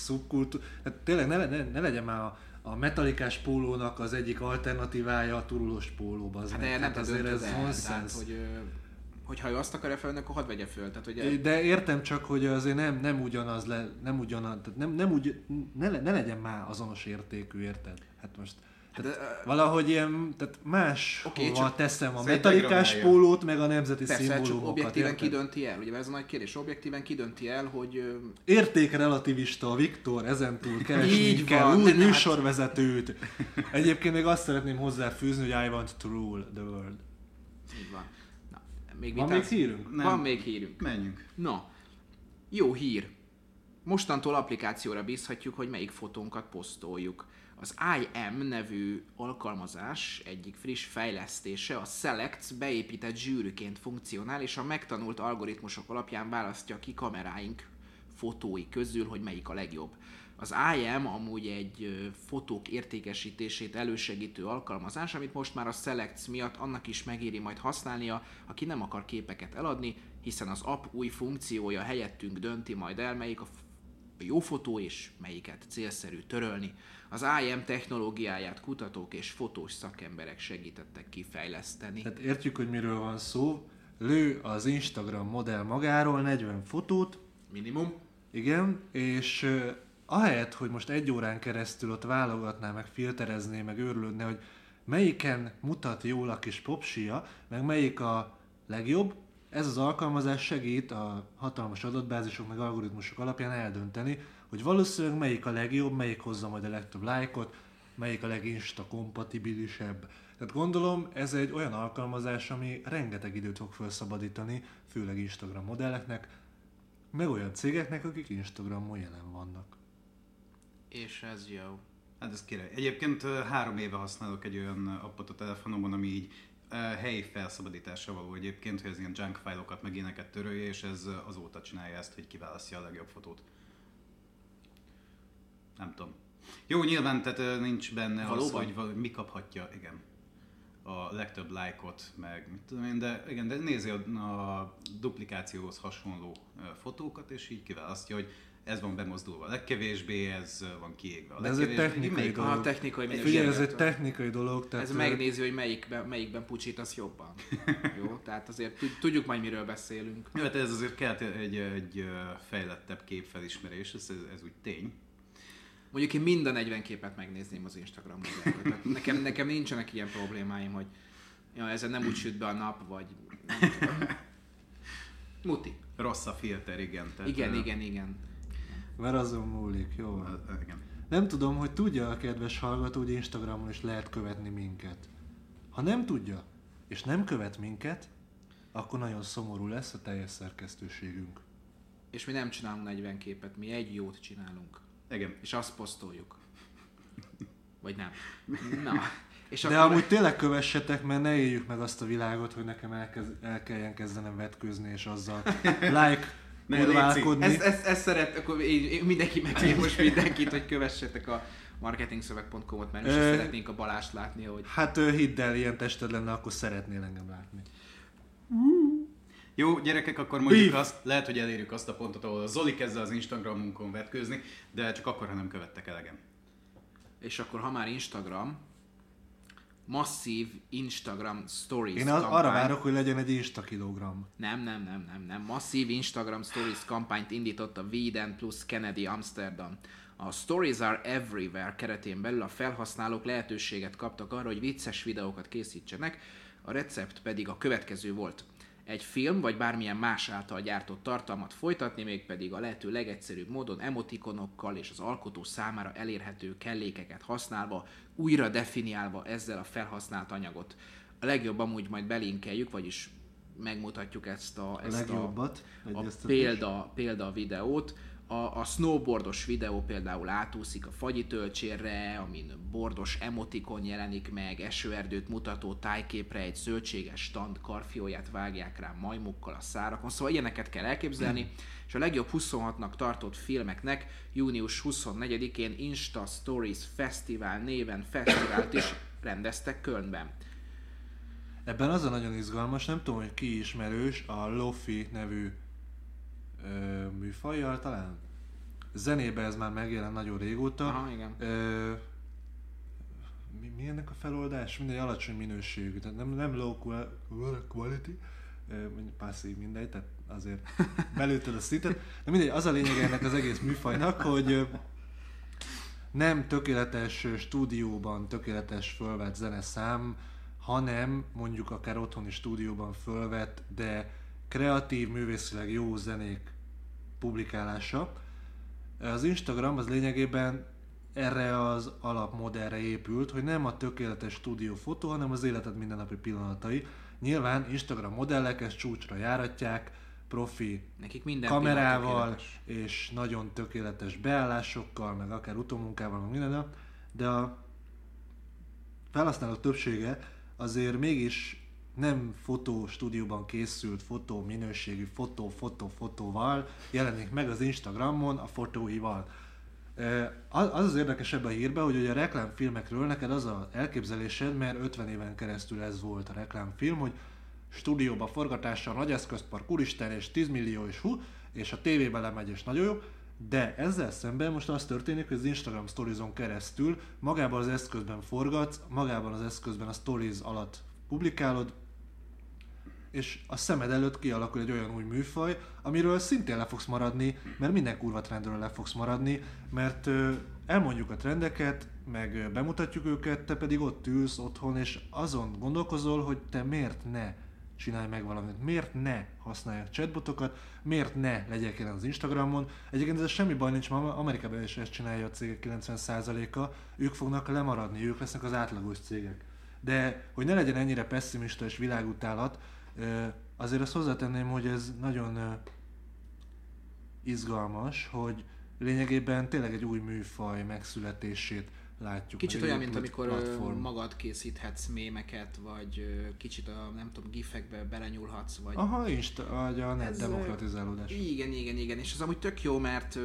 tehát tényleg ne legyen már a metalikás pólónak az egyik alternatívája a turulós pólóba. Hát nem azért ez nonsens. Hogyha ő azt akarja felvenni, akkor hadd vegye föl. Tehát, hogy de értem csak, hogy azért nem ugyanaz, tehát ne legyen már azonos értékű, érted? Hát most valahogy ilyen, tehát máshova teszem a metalikás pólót, meg a nemzeti szimbólumokat. Persze, csak objektíven kidönti el, ugye ez a nagy kérdés, objektíven kidönti el, hogy... Értékrelativista Viktor, ezentúl keresni kell új műsorvezetőt. Egyébként még azt szeretném hozzáfűzni, hogy I want to rule the world. Így van. Van még hírünk? Van még hírünk. Menjünk. Na, jó hír. Mostantól applikációra bízhatjuk, hogy melyik fotónkat posztoljuk. Az IM nevű alkalmazás egyik friss fejlesztése, a Selects beépített zsűriként funkcionál, és a megtanult algoritmusok alapján választja ki kameráink fotói közül, hogy melyik a legjobb. Az IM amúgy egy fotók értékesítését elősegítő alkalmazás, amit most már a Selects miatt annak is megéri majd használnia, aki nem akar képeket eladni, hiszen az app új funkciója helyettünk dönti majd el, melyik a jó fotó és melyiket célszerű törölni. Az IM technológiáját kutatók és fotós szakemberek segítettek kifejleszteni. Tehát értjük, hogy miről van szó. Lő az Instagram modell magáról 40 fotót. Minimum. Igen, és ahelyett, hogy most 1 órán keresztül ott válogatná, meg filterezné, meg őrlődne, hogy melyiken mutat jól a kis popsia, meg melyik a legjobb, ez az alkalmazás segít a hatalmas adatbázisok meg algoritmusok alapján eldönteni, hogy valószínűleg melyik a legjobb, melyik hozza majd a legtöbb lájkot, melyik a leginsta kompatibilisebb. Tehát gondolom, ez egy olyan alkalmazás, ami rengeteg időt fog felszabadítani, főleg Instagram modelleknek, meg olyan cégeknek, akik Instagramon jelen vannak. És ez jó. Hát ez király. Egyébként 3 éve használok egy olyan appot a telefonomon, ami így helyi felszabadításra való egyébként, hogy ez ilyen junk fájlokat meg ilyeneket törölje, és ez azóta csinálja ezt, hogy kiválasztja a legjobb fotót. Nem tudom. Jó, nyilván tehát nincs benne valóban? Az, hogy mi kaphatja, igen, a legtöbb lájkot, meg mit tudom én, de igen, de nézi a duplikációhoz hasonló fotókat, és így kiválasztja, hogy ez van bemozdulva a legkevésbé, ez van kiégve a legkevésbé. Ez egy technikai dolog. Figyelj, ez egy technikai dolog. Tehát ez megnézi, hogy melyikben pucsítasz jobban. Jó, tehát azért tudjuk majd miről beszélünk. Jó, hát ez azért kell egy fejlettebb képfelismerés, ez úgy tény. Mondjuk én mind a 40 képet megnézném az Instagram modellről. Nekem nincsenek ilyen problémáim, hogy ezen nem úgy süt be a nap, vagy... Muti. Rossz a filter, igen. Tehát, Igen. Mert azon múlik, jó van. Igen. Nem tudom, hogy tudja a kedves hallgató, hogy Instagramon is lehet követni minket. Ha nem tudja, és nem követ minket, akkor nagyon szomorú lesz a teljes szerkesztőségünk. És mi nem csinálunk 40 képet, mi egy jót csinálunk. Igen. És azt posztoljuk. Vagy nem. Na. És De amúgy tényleg kövessetek, mert ne éljük meg azt a világot, hogy nekem el kelljen kezdenem vetkőzni, és azzal kurválkodni. Ezt szeret, akkor én mindenki megkér most mindenkit, hogy kövessetek a marketingszöveg.com-ot, mert mi is szeretnénk a Balást látni, hogy... Hát hidd el, ilyen tested lenne, akkor szeretnél engem látni. Jó, gyerekek, akkor mondjuk azt, lehet, hogy elérjük azt a pontot, ahol a Zoli kezd az Instagramunkon vetkőzni, de csak akkor, ha nem követtek elegem. És akkor, ha már Instagram, masszív Instagram Stories Én kampány. arra várok, hogy legyen egy Instakilogram. Nem. Masszív Instagram Stories kampányt indított a Weeden plus Kennedy Amsterdam. A Stories are Everywhere keretén belül a felhasználók lehetőséget kaptak arra, hogy vicces videókat készítsenek, a recept pedig a következő volt. Egy film vagy bármilyen más által gyártott tartalmat folytatni, mégpedig a lehető legegyszerűbb módon emotikonokkal és az alkotó számára elérhető kellékeket használva, újra definiálva ezzel a felhasznált anyagot. A legjobb amúgy majd belinkeljük, vagyis megmutatjuk ezt a példa videót. A snowboardos videó például átúszik a fagyi tölcsérre, amin bordos emotikon jelenik meg, esőerdőt mutató tájképre egy zöldséges stand karfióját vágják rá majmokkal a szárakon, szóval ilyeneket kell elképzelni, és a legjobb 26-nak tartott filmeknek június 24-én Insta Stories Festival néven fesztivált is rendeztek Kölnben. Ebben az a nagyon izgalmas, nem tudom, hogy ki ismerős, a Lofi nevű műfajjal talán. Zenében ez már megjelent nagyon régóta. Aha, igen. Mi ennek a feloldás? Mindegy alacsony minőségű, tehát nem low quality, passzív mindegy, tehát azért belőtted a szintet. De mindegy, az a lényeg ennek az egész műfajnak, hogy nem tökéletes stúdióban tökéletes fölvett zeneszám, hanem mondjuk akár otthoni stúdióban fölvett, de kreatív, művészileg jó zenék publikálása. Az Instagram az lényegében erre az alapmodellre épült, hogy nem a tökéletes stúdiófotó, hanem az életed mindennapi pillanatai. Nyilván Instagram modellek ezt csúcsra járatják, profi nekik minden kamerával és nagyon tökéletes beállásokkal, meg akár utómunkával, meg minden, de a felhasználók többsége azért mégis nem fotostúdióban készült minőségű fotóval jelenik meg az Instagramon a fotóival. Az érdekes ebben a hírben, hogy a reklámfilmekről neked az az elképzelésed, mert 50 éven keresztül ez volt a reklámfilm, hogy stúdióba forgatással, nagy eszközpark, úristen, és 10 millió, és a tévébe lemegy, és nagyon jó. De ezzel szemben most az történik, hogy az Instagram Stories-on keresztül magában az eszközben forgatsz, magában az eszközben a Stories alatt publikálod, és a szemed előtt kialakul egy olyan új műfaj, amiről szintén le fogsz maradni, mert minden kurva trendről le fogsz maradni, mert elmondjuk a trendeket, meg bemutatjuk őket, te pedig ott ülsz otthon, és azon gondolkozol, hogy te miért ne csinálj meg valamit, miért ne használjak chatbotokat, miért ne legyek jelen az Instagramon. Egyébként ez semmi baj nincs, ma Amerikában is ezt csinálja a cégek 90%-a, ők fognak lemaradni, ők lesznek az átlagos cégek. De hogy ne legyen ennyire pessimista és világutálat, azért azt hozzátenném, hogy ez nagyon izgalmas, hogy lényegében tényleg egy új műfaj megszületését látjuk. Kicsit olyan, mint amikor magad készíthetsz mémeket, vagy kicsit a, nem tudom, gifekbe belenyúlhatsz, vagy... Aha, vagy a net demokratizálódás. Igen, és ez amúgy tök jó, mert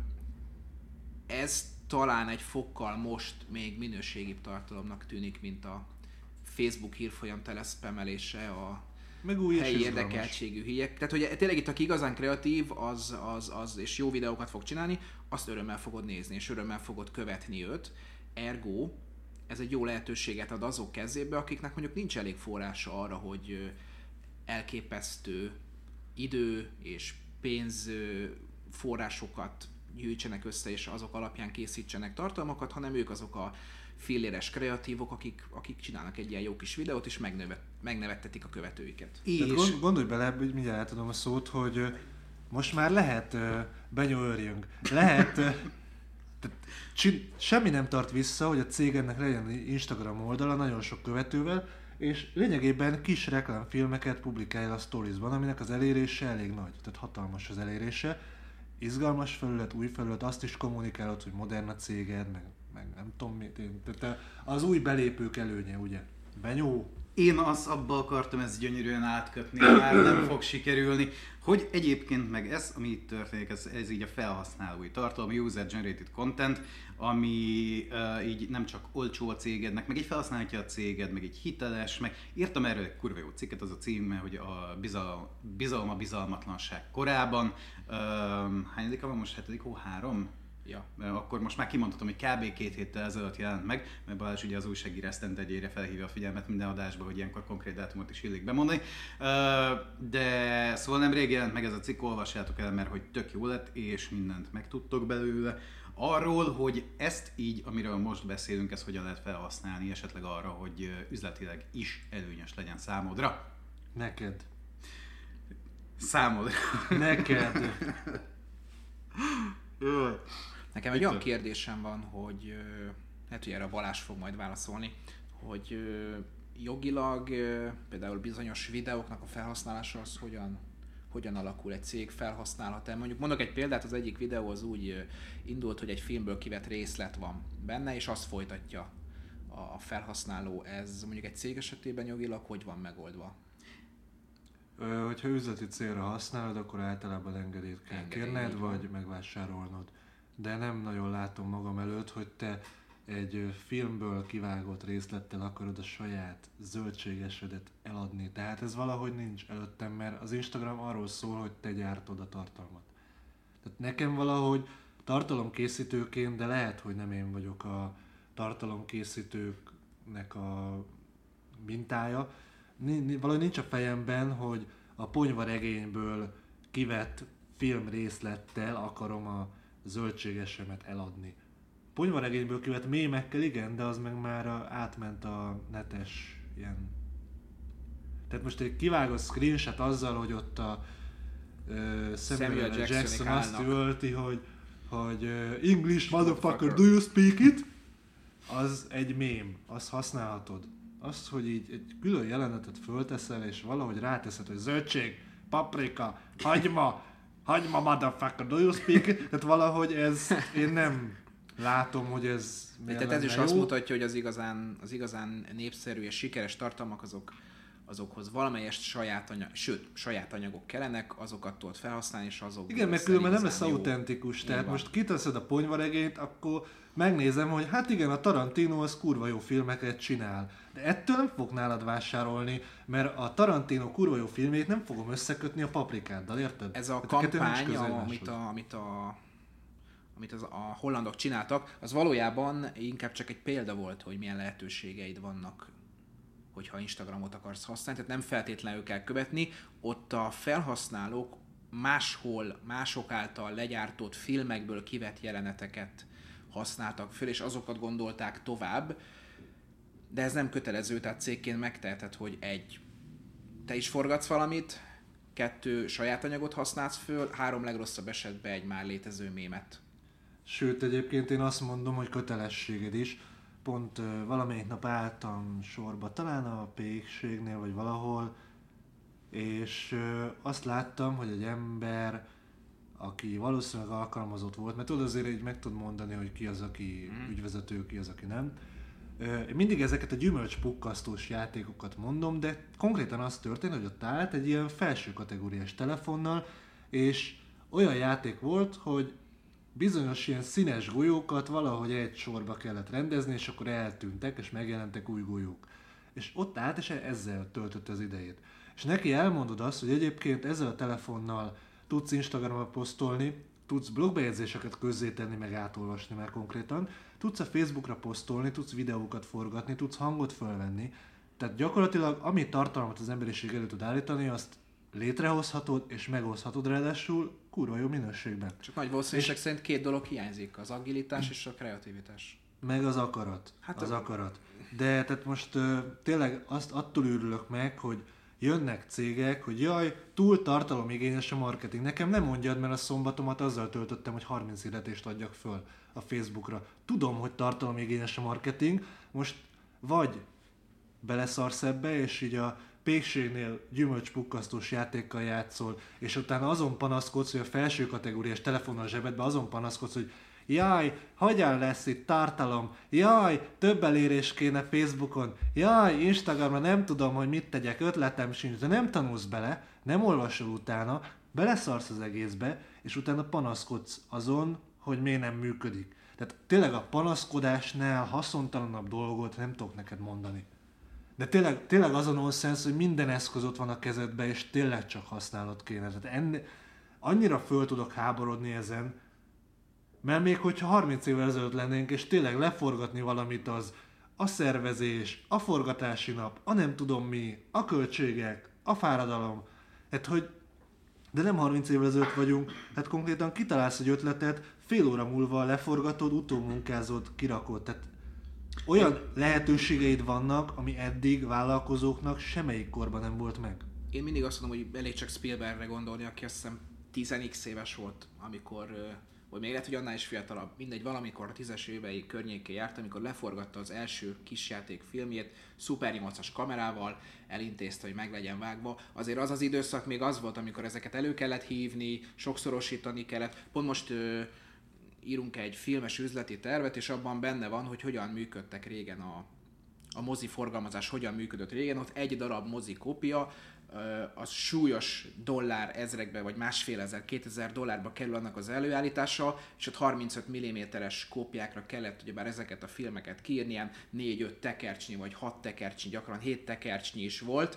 ez talán egy fokkal most még minőségibb tartalomnak tűnik, mint a Facebook hírfolyam teleszpemelése, a helyi érdekeltségű híjek. Tehát, hogy tényleg itt, aki igazán kreatív, az és jó videókat fog csinálni, azt örömmel fogod nézni, és örömmel fogod követni őt. Ergo, ez egy jó lehetőséget ad azok kezébe, akiknek mondjuk nincs elég forrása arra, hogy elképesztő idő és pénz forrásokat gyűjtsenek össze, és azok alapján készítsenek tartalmakat, hanem ők azok a filléres kreatívok, akik csinálnak egy ilyen jó kis videót, és megnevettetik a követőiket. És gondolj bele, hogy mindjárt átadom a szót, hogy most már lehet Benyó Örjöng, lehet semmi nem tart vissza, hogy a cégednek legyen Instagram oldala nagyon sok követővel, és lényegében kis reklámfilmeket publikál a Storiesban, aminek az elérése elég nagy, tehát hatalmas az elérése. Izgalmas felület, új felület, azt is kommunikálod, hogy modern a céged, meg nem tudom mit, tehát az új belépők előnye, ugye? Benyó? Én azt abba akartam ezt gyönyörűen átkötni, már nem fog sikerülni, hogy egyébként meg ez, ami itt történik, ez így a felhasználói tartalom, user-generated content, ami így nem csak olcsó a cégednek, meg így felhasználhatja a céged, meg így hiteles, meg írtam erről egy kurva jó cikket, az a címe, hogy a bizalom a bizalmatlanság korában. Hányadika van most? 7. hó 3? Ja. Akkor most már kimondhatom, hogy kb. 2 héttel ezelőtt jelent meg, mert Balázs ugye az újságírás esztendegyére felhívja a figyelmet minden adásba, hogy ilyenkor konkrét dátumot is illik bemondani. De szóval nem rég jelent meg ez a cikk, olvassátok el, mert hogy tök jó lett, és mindent megtudtok belőle. Arról, hogy ezt így, amiről most beszélünk, ezt hogyan lehet felhasználni, esetleg arra, hogy üzletileg is előnyös legyen számodra. Neked. Számodra. Neked. Nekem egy olyan kérdésem van, hogy lehet, hogy erre a Balázs fog majd válaszolni, hogy jogilag például bizonyos videóknak a felhasználása az hogyan alakul, egy cég felhasználhat-e? Mondjuk mondok egy példát, az egyik videó az úgy indult, hogy egy filmből kivett részlet van benne, és azt folytatja a felhasználó. Ez mondjuk egy cég esetében jogilag hogy van megoldva? Hogyha üzleti célra használod, akkor általában engedélyt kell kérned, vagy megvásárolnod. De nem nagyon látom magam előtt, hogy te egy filmből kivágott részlettel akarod a saját zöldségesedet eladni. Tehát ez valahogy nincs előttem, mert az Instagram arról szól, hogy te gyártod a tartalmat. Tehát nekem valahogy tartalomkészítőként, de lehet, hogy nem én vagyok a tartalomkészítőknek a mintája, valahogy nincs a fejemben, hogy a ponyvaregényből kivett filmrészlettel akarom a zöldségesemet eladni. Ponyvaregényből kivett mémekkel igen, de az meg már átment a netes ilyen... Tehát most egy kivágott screenshot azzal, hogy ott a Samuel Jackson azt üvölti, hogy English motherfucker, do you speak it? Az egy mém, azt használhatod. Azt, hogy így egy külön jelenetet fölteszel, és valahogy ráteszed, hogy zöldség, paprika, hagyma motherfucker, do you speak it? Tehát valahogy ez, én nem látom, hogy ez tehát ez is azt mutatja, hogy az igazán népszerű és sikeres tartalmak azokhoz valamelyest saját anyagok kellenek, azokat tudod felhasználni, és azok... Igen, mert különben nem lesz autentikus, tehát most kiteszed a ponyvaregényt, akkor megnézem, hogy hát igen, a Tarantino az kurva jó filmeket csinál, de ettől nem fog nálad vásárolni, mert a Tarantino kurva jó filmét nem fogom összekötni a paprikáddal, érted? Ez a kampány, amit a hollandok csináltak, az valójában inkább csak egy példa volt, hogy milyen lehetőségeid vannak, hogyha Instagramot akarsz használni, tehát nem feltétlenül kell követni, ott a felhasználók mások által legyártott filmekből kivett jeleneteket használtak föl, és azokat gondolták tovább, de ez nem kötelező, tehát cégként megteheted, hogy 1. te is forgatsz valamit, 2. saját anyagot használsz föl, 3. legrosszabb esetben egy már létező mémet. Sőt, egyébként én azt mondom, hogy kötelességed is. Pont valamelyik nap álltam sorba, talán a PX-ségnél vagy valahol, és azt láttam, hogy egy ember, aki valószínűleg alkalmazott volt, mert tudod azért így meg tud mondani, hogy ki az, aki ügyvezető, ki az, aki nem. Mindig ezeket a gyümölcspukkasztós játékokat mondom, de konkrétan az történt, hogy ott állt egy ilyen felső kategóriás telefonnal, és olyan játék volt, hogy bizonyos ilyen színes golyókat valahogy egy sorba kellett rendezni, és akkor eltűntek, és megjelentek új golyók. És ott állt, és ezzel töltötte az idejét. És neki elmondod azt, hogy egyébként ezzel a telefonnal tudsz Instagramra posztolni, tudsz blogbejegyzéseket közzétenni, meg átolvasni már konkrétan, tudsz a Facebookra posztolni, tudsz videókat forgatni, tudsz hangot fölvenni. Tehát gyakorlatilag ami tartalmat az emberiség elő tud állítani, azt létrehozhatod és megoszthatod, ráadásul kurva jó minőségben. Csak nagy valószínűség szerint 2 dolog hiányzik, az agilitás és a kreativitás. Meg az akarat. Hát az akarat. De tehát most tényleg attól őrülök meg, hogy jönnek cégek, hogy jaj, túl tartalomigényes a marketing. Nekem nem mondjad, mert a szombatomat azzal töltöttem, hogy 30 hirdetést adjak föl a Facebookra. Tudom, hogy tartalomigényes a marketing, most vagy beleszarsz ebbe, és így a pékségnél gyümölcspukkasztós játékkal játszol, és utána azon panaszkodsz, hogy a felső kategóriás telefonnal zsebedbe azon panaszkodsz, hogy jaj, hogyan lesz itt tartalom, jaj, több elérés kéne Facebookon, jaj, Instagramra nem tudom, hogy mit tegyek, ötletem sincs, de nem tanulsz bele, nem olvasol utána, beleszarsz az egészbe, és utána panaszkodsz azon, hogy miért nem működik. Tehát tényleg a panaszkodásnál haszontalanabb dolgot nem tudok neked mondani. De tényleg az a nonsens, hogy minden eszköz ott van a kezedben, és tényleg csak használod kéne. Tehát annyira föl tudok háborodni ezen, mert még hogyha 30 évvel ezelőtt lennénk, és tényleg leforgatni valamit az a szervezés, a forgatási nap, a nem tudom mi, a költségek, a fáradalom, hát hogy de nem 30 évvel ezelőtt vagyunk, hát konkrétan kitalálsz egy ötletet, fél óra múlva leforgatod, utómunkázod, kirakod, tehát olyan lehetőségeid vannak, ami eddig vállalkozóknak semmelyik korban nem volt meg. Én mindig azt mondom, hogy elég csak Spielbergre gondolni, aki azt hiszem 10x éves volt, amikor, vagy még lehet, hogy annál is fiatalabb, mindegy, valamikor a 10-es évei környékén járt, amikor leforgatta az első kisjáték filmjét, Super 8-as kamerával, elintézte, hogy meg legyen vágva. Azért az az időszak még az volt, amikor ezeket elő kellett hívni, sokszorosítani kellett. Pont most írunk egy filmes üzleti tervet, és abban benne van, hogy hogyan működtek régen a mozi forgalmazás, hogyan működött régen. Ott egy darab mozi kópia, az súlyos dollár ezrekbe, vagy másfél ezer, 2000 dollárba kerül annak az előállítása, és ott 35 mm-es kópiákra kellett ugyebár ezeket a filmeket kiírni, ilyen 4-5 tekercsnyi, vagy 6 tekercsnyi, gyakran 7 tekercsnyi is volt,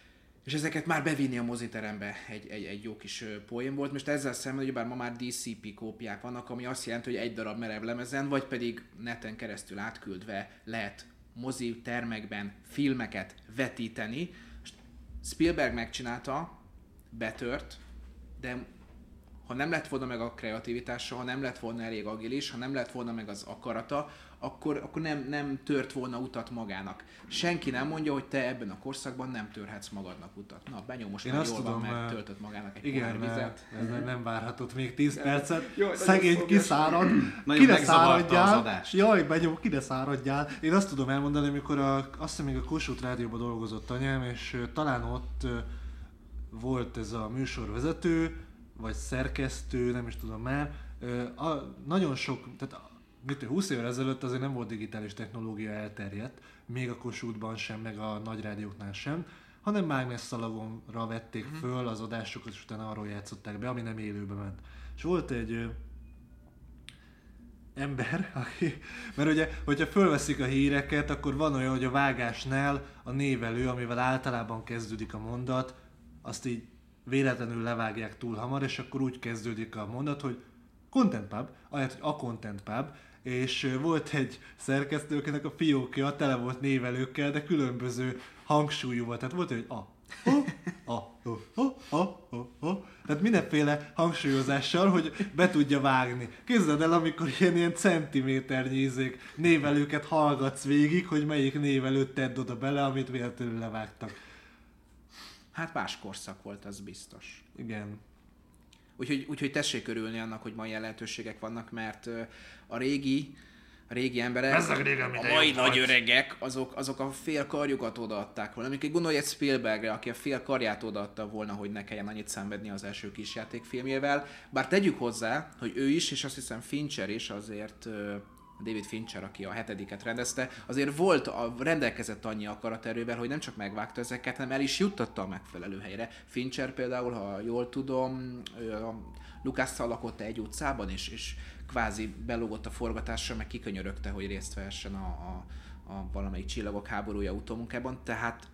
és ezeket már bevinni a moziterembe egy jó kis poén volt. Most ezzel szemben, ugyebár ma már DCP kópiák vannak, ami azt jelenti, hogy egy darab merev lemezen, vagy pedig neten keresztül átküldve lehet mozi termekben filmeket vetíteni. Spielberg megcsinálta, betört, de ha nem lett volna meg a kreativitása, ha nem lett volna elég agilis, ha nem lett volna meg az akarata, akkor nem tört volna utat magának. Senki nem mondja, hogy te ebben a korszakban nem törhetsz magadnak utat. Na, Benyó most már jól van, mert töltött magának egy pohár vizet. Igen, nem várhatott még 10 percet. Szegény kiszárad. Kire száradjál? Jaj, Benyó, kire száradjál? Én azt tudom elmondani, amikor azt hiszem még a Kossuth Rádióban dolgozott anyám, és talán ott volt ez a műsorvezető, vagy szerkesztő, nem is tudom már. Nagyon sok, tehát 20 évvel ezelőtt azért nem volt digitális technológia elterjedt, még a Kossuthban sem, meg a nagy rádióknál sem, hanem mágnesszalagonra vették föl az adásokat, és utána arról játszották be, ami nem élőbe ment. És volt egy ember, aki, mert ugye, hogyha fölveszik a híreket, akkor van olyan, hogy a vágásnál a névelő, amivel általában kezdődik a mondat, azt így véletlenül levágják túl hamar, és akkor úgy kezdődik a mondat, hogy Content Pub, ahelyett, hogy a Content Pub, és volt egy szerkesztő, akinek a fiókja tele volt névelőkkel, de különböző hangsúlyú volt. Tehát volt, hogy tehát mindenféle hangsúlyozással, hogy be tudja vágni. Képzeld el, amikor ilyen centiméternyi névelőket hallgatsz végig, hogy melyik névelőt tedd oda bele, amit véletlenül levágtak. Hát más korszak volt, az biztos. Igen. Úgyhogy tessék örülni annak, hogy ma ilyen lehetőségek vannak, mert a régi emberek, a mai nagy öregek, azok a fél karjukat odaadták volna. Amikor gondolj egy Spielbergre, aki a fél karját odaadta volna, hogy ne kelljen annyit szenvedni az első kisjátékfilmjével. Bár tegyük hozzá, hogy ő is, és azt hiszem Fincher is azért, David Fincher, aki a 7-et rendezte, azért rendelkezett annyi akaraterővel, hogy nem csak megvágta ezeket, hanem el is juttatta a megfelelő helyre. Fincher például, ha jól tudom, a Lukasszal lakott egy utcában, és kvázi belógott a forgatásra, meg kikönyörögte, hogy részt vehessen a valamelyik Csillagok háborúja utómunkában. Tehát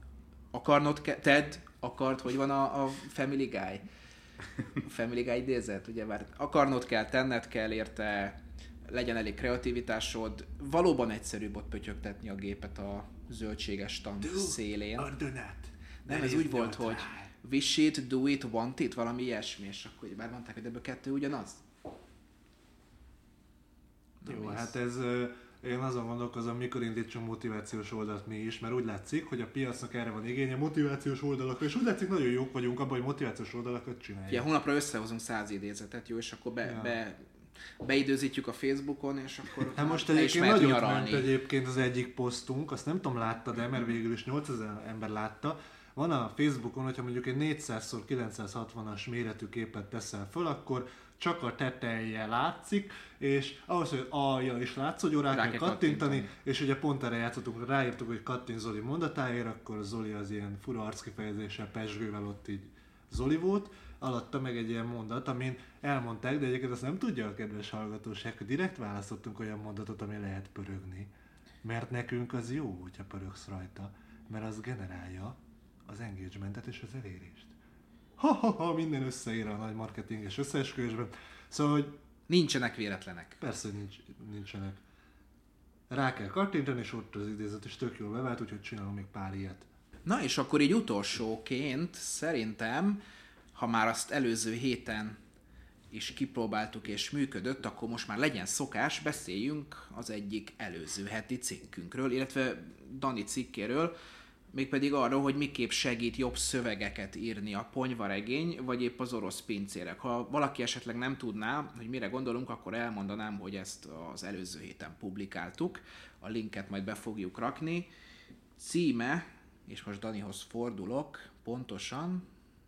akart, hogy van a Family Guy? A Family Guy idézet, ugye már akarnod kell, tenned kell érte, legyen elég kreativitásod, valóban egyszerűbb ott pötyögtetni a gépet a zöldséges tank szélén. Nem, ez úgy volt, hogy wish it, do it, want it, valami ilyesmi, és akkor már mondták, hogy ebből kettő ugyanaz. Jó, hát Én azon gondolkozom, mikor indítsunk motivációs oldalt mi is, mert úgy látszik, hogy a piacnak erre van igénye motivációs oldalakra, és úgy látszik, nagyon jók vagyunk abban, hogy motivációs oldalakat csináljuk. Ja, hónapra összehozunk 100 idézetet, jó, és akkor beidőzítjük a Facebookon, és akkor Hát most el is egyébként mehetünk nagyon nyaralni. ment egyébként az egyik posztunk, azt nem tudom láttad, de mert végül is 8000 ember látta. Van a Facebookon, hogyha mondjuk egy 400x960-as méretű képet teszel föl, akkor csak a teteje látszik, és ahhoz, hogy alja is látsz, hogy rá kell kattintani, és ugye pont erre játszottunk, ráírtuk, hogy kattint Zoli mondatáért, akkor Zoli az ilyen fura arckifejezéssel, pezsgővel ott így Zoli volt, alatta meg egy ilyen mondat, amin elmondták, de egyébként azt nem tudja a kedves hallgatóság, hogy direkt választottunk olyan mondatot, ami lehet pörögni. Mert nekünk az jó, hogyha pörögsz rajta, mert az generálja az engagementet és az elérést. Ha, minden összeér a nagy marketinges összeesküvésben. Szóval, hogy Nincsenek véletlenek. persze, hogy nincsenek. Rá kell kattintani, és ott az idézet is tök jól bevált, úgyhogy csinálom még pár ilyet. Na és akkor így utolsóként szerintem, ha már azt előző héten is kipróbáltuk és működött, akkor most már legyen szokás, beszéljünk az egyik előző heti cikkünkről, illetve Dani cikkéről, mégpedig arról, hogy miképp segít jobb szövegeket írni a ponyvaregény, vagy épp az orosz pincérek. Ha valaki esetleg nem tudná, hogy mire gondolunk, akkor elmondanám, hogy ezt az előző héten publikáltuk. A linket majd be fogjuk rakni. Címe, és most Danihoz fordulok, pontosan...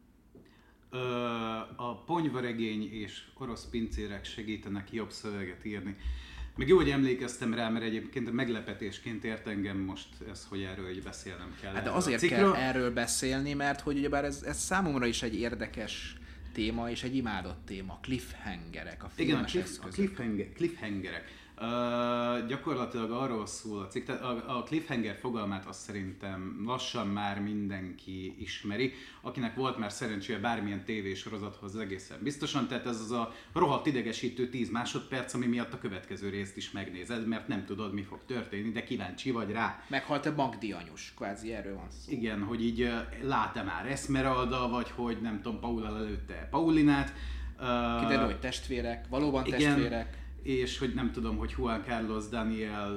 A ponyvaregény és orosz pincérek segítenek jobb szöveget írni. Még jó, hogy emlékeztem rá, mert egyébként meglepetésként ért engem most ez, hogy erről így beszélnem kell. Hát de azért kell erről beszélni, mert hogy ugyebár ez számomra is egy érdekes téma, és egy imádott téma, cliffhangerek, a filmes eszközök. Igen, cliffhangerek. Gyakorlatilag arról szól a cikk, tehát a cliffhanger fogalmát azt szerintem lassan már mindenki ismeri, akinek volt már szerencséje bármilyen tévésorozathoz egészen biztosan, tehát ez az a rohadt idegesítő 10 másodperc, ami miatt a következő részt is megnézed, mert nem tudod, mi fog történni, de kíváncsi vagy rá. Meghalt a Magdi anyus, kvázi erről van szó. Igen, hogy így lát-e már Esmeralda, vagy hogy nem tudom, Paula lelőtte Paulinát. Kiderül, hogy testvérek, valóban igen, testvérek. És hogy nem tudom, hogy Juan Carlos, Daniel,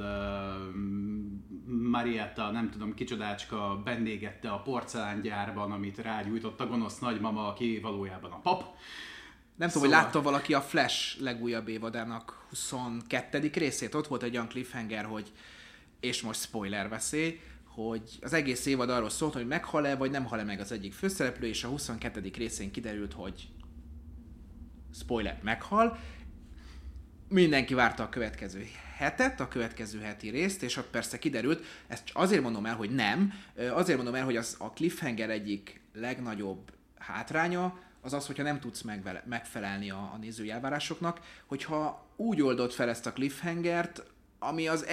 Marietta, nem tudom, kicsodácska bennégette a porcelángyárban, amit rágyújtott a gonosz nagymama, aki valójában a pap. Nem tudom, hogy látta valaki a Flash legújabb évadának 22. részét, ott volt egy olyan cliffhanger, hogy, és most spoiler veszély, hogy az egész évad arról szólt, hogy meghal-e, vagy nem hal-e meg az egyik főszereplő, és a 22. részén kiderült, hogy spoiler, meghal. Mindenki várta a következő hetet, a következő heti részt, és ott persze kiderült, ezt azért mondom el, hogy nem, azért mondom el, hogy a cliffhanger egyik legnagyobb hátránya, az az, hogyha nem tudsz megfelelni a nézői elvárásoknak, hogyha úgy oldod fel ezt a cliffhangert, ami az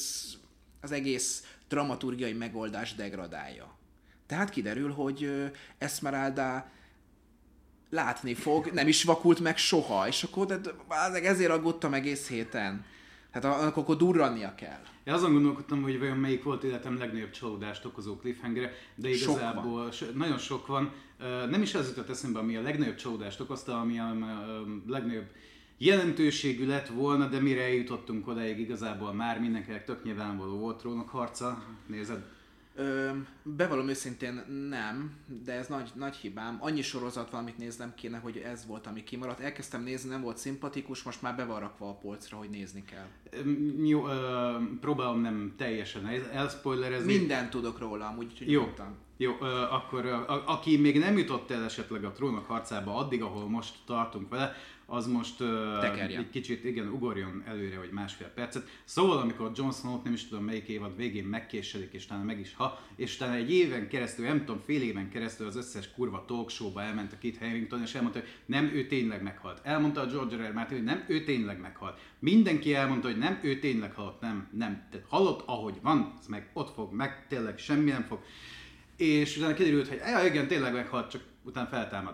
egész dramaturgiai megoldás degradálja. Tehát kiderül, hogy Esmeralda látni fog, nem is vakult meg soha, és akkor ezért aggódtam egész héten. Hát akkor durrannia kell. Én azon gondolkodtam, hogy vajon melyik volt életem legnagyobb csalódást okozó cliffhanger, de igazából nagyon sok van. Nem is az jutott eszembe, ami a legnagyobb csalódást okozta, ami a legnagyobb jelentőségű lett volna, de mire eljutottunk odáig, igazából már mindenkinek tök nyilvánvaló volt Trónok harca. Nézed? Bevallom őszintén nem, de ez nagy hibám. Annyi sorozat valamit néznem kéne, hogy ez volt, ami kimaradt. Elkezdtem nézni, nem volt szimpatikus, most már be van rakva a polcra, hogy nézni kell. Jó, próbálom nem teljesen elspoilerezni. Mindent tudok róla, amúgy, úgyhogy jó. mondtam. Jó, akkor aki még nem jutott el esetleg a Trónok harcába addig, ahol most tartunk vele, az most egy kicsit, igen, ugorjon előre, vagy másfél percet. Szóval, amikor Jon Snow-t nem is tudom melyik évad végén megkéselik, és talán meg is és talán egy éven keresztül, nem tudom, fél éven keresztül az összes kurva talk show-ba elment a Kit Harington, és elmondta, hogy nem, ő tényleg meghalt. Elmondta a George R. R. Martin, hogy nem, ő tényleg meghalt. Mindenki elmondta, hogy nem, ő tényleg halott, nem. Tehát halott, ahogy van, az meg ott fog, meg tényleg semmi nem fog. És utána kiderült, hogy igen, tényleg meghalt, csak utána feltámad.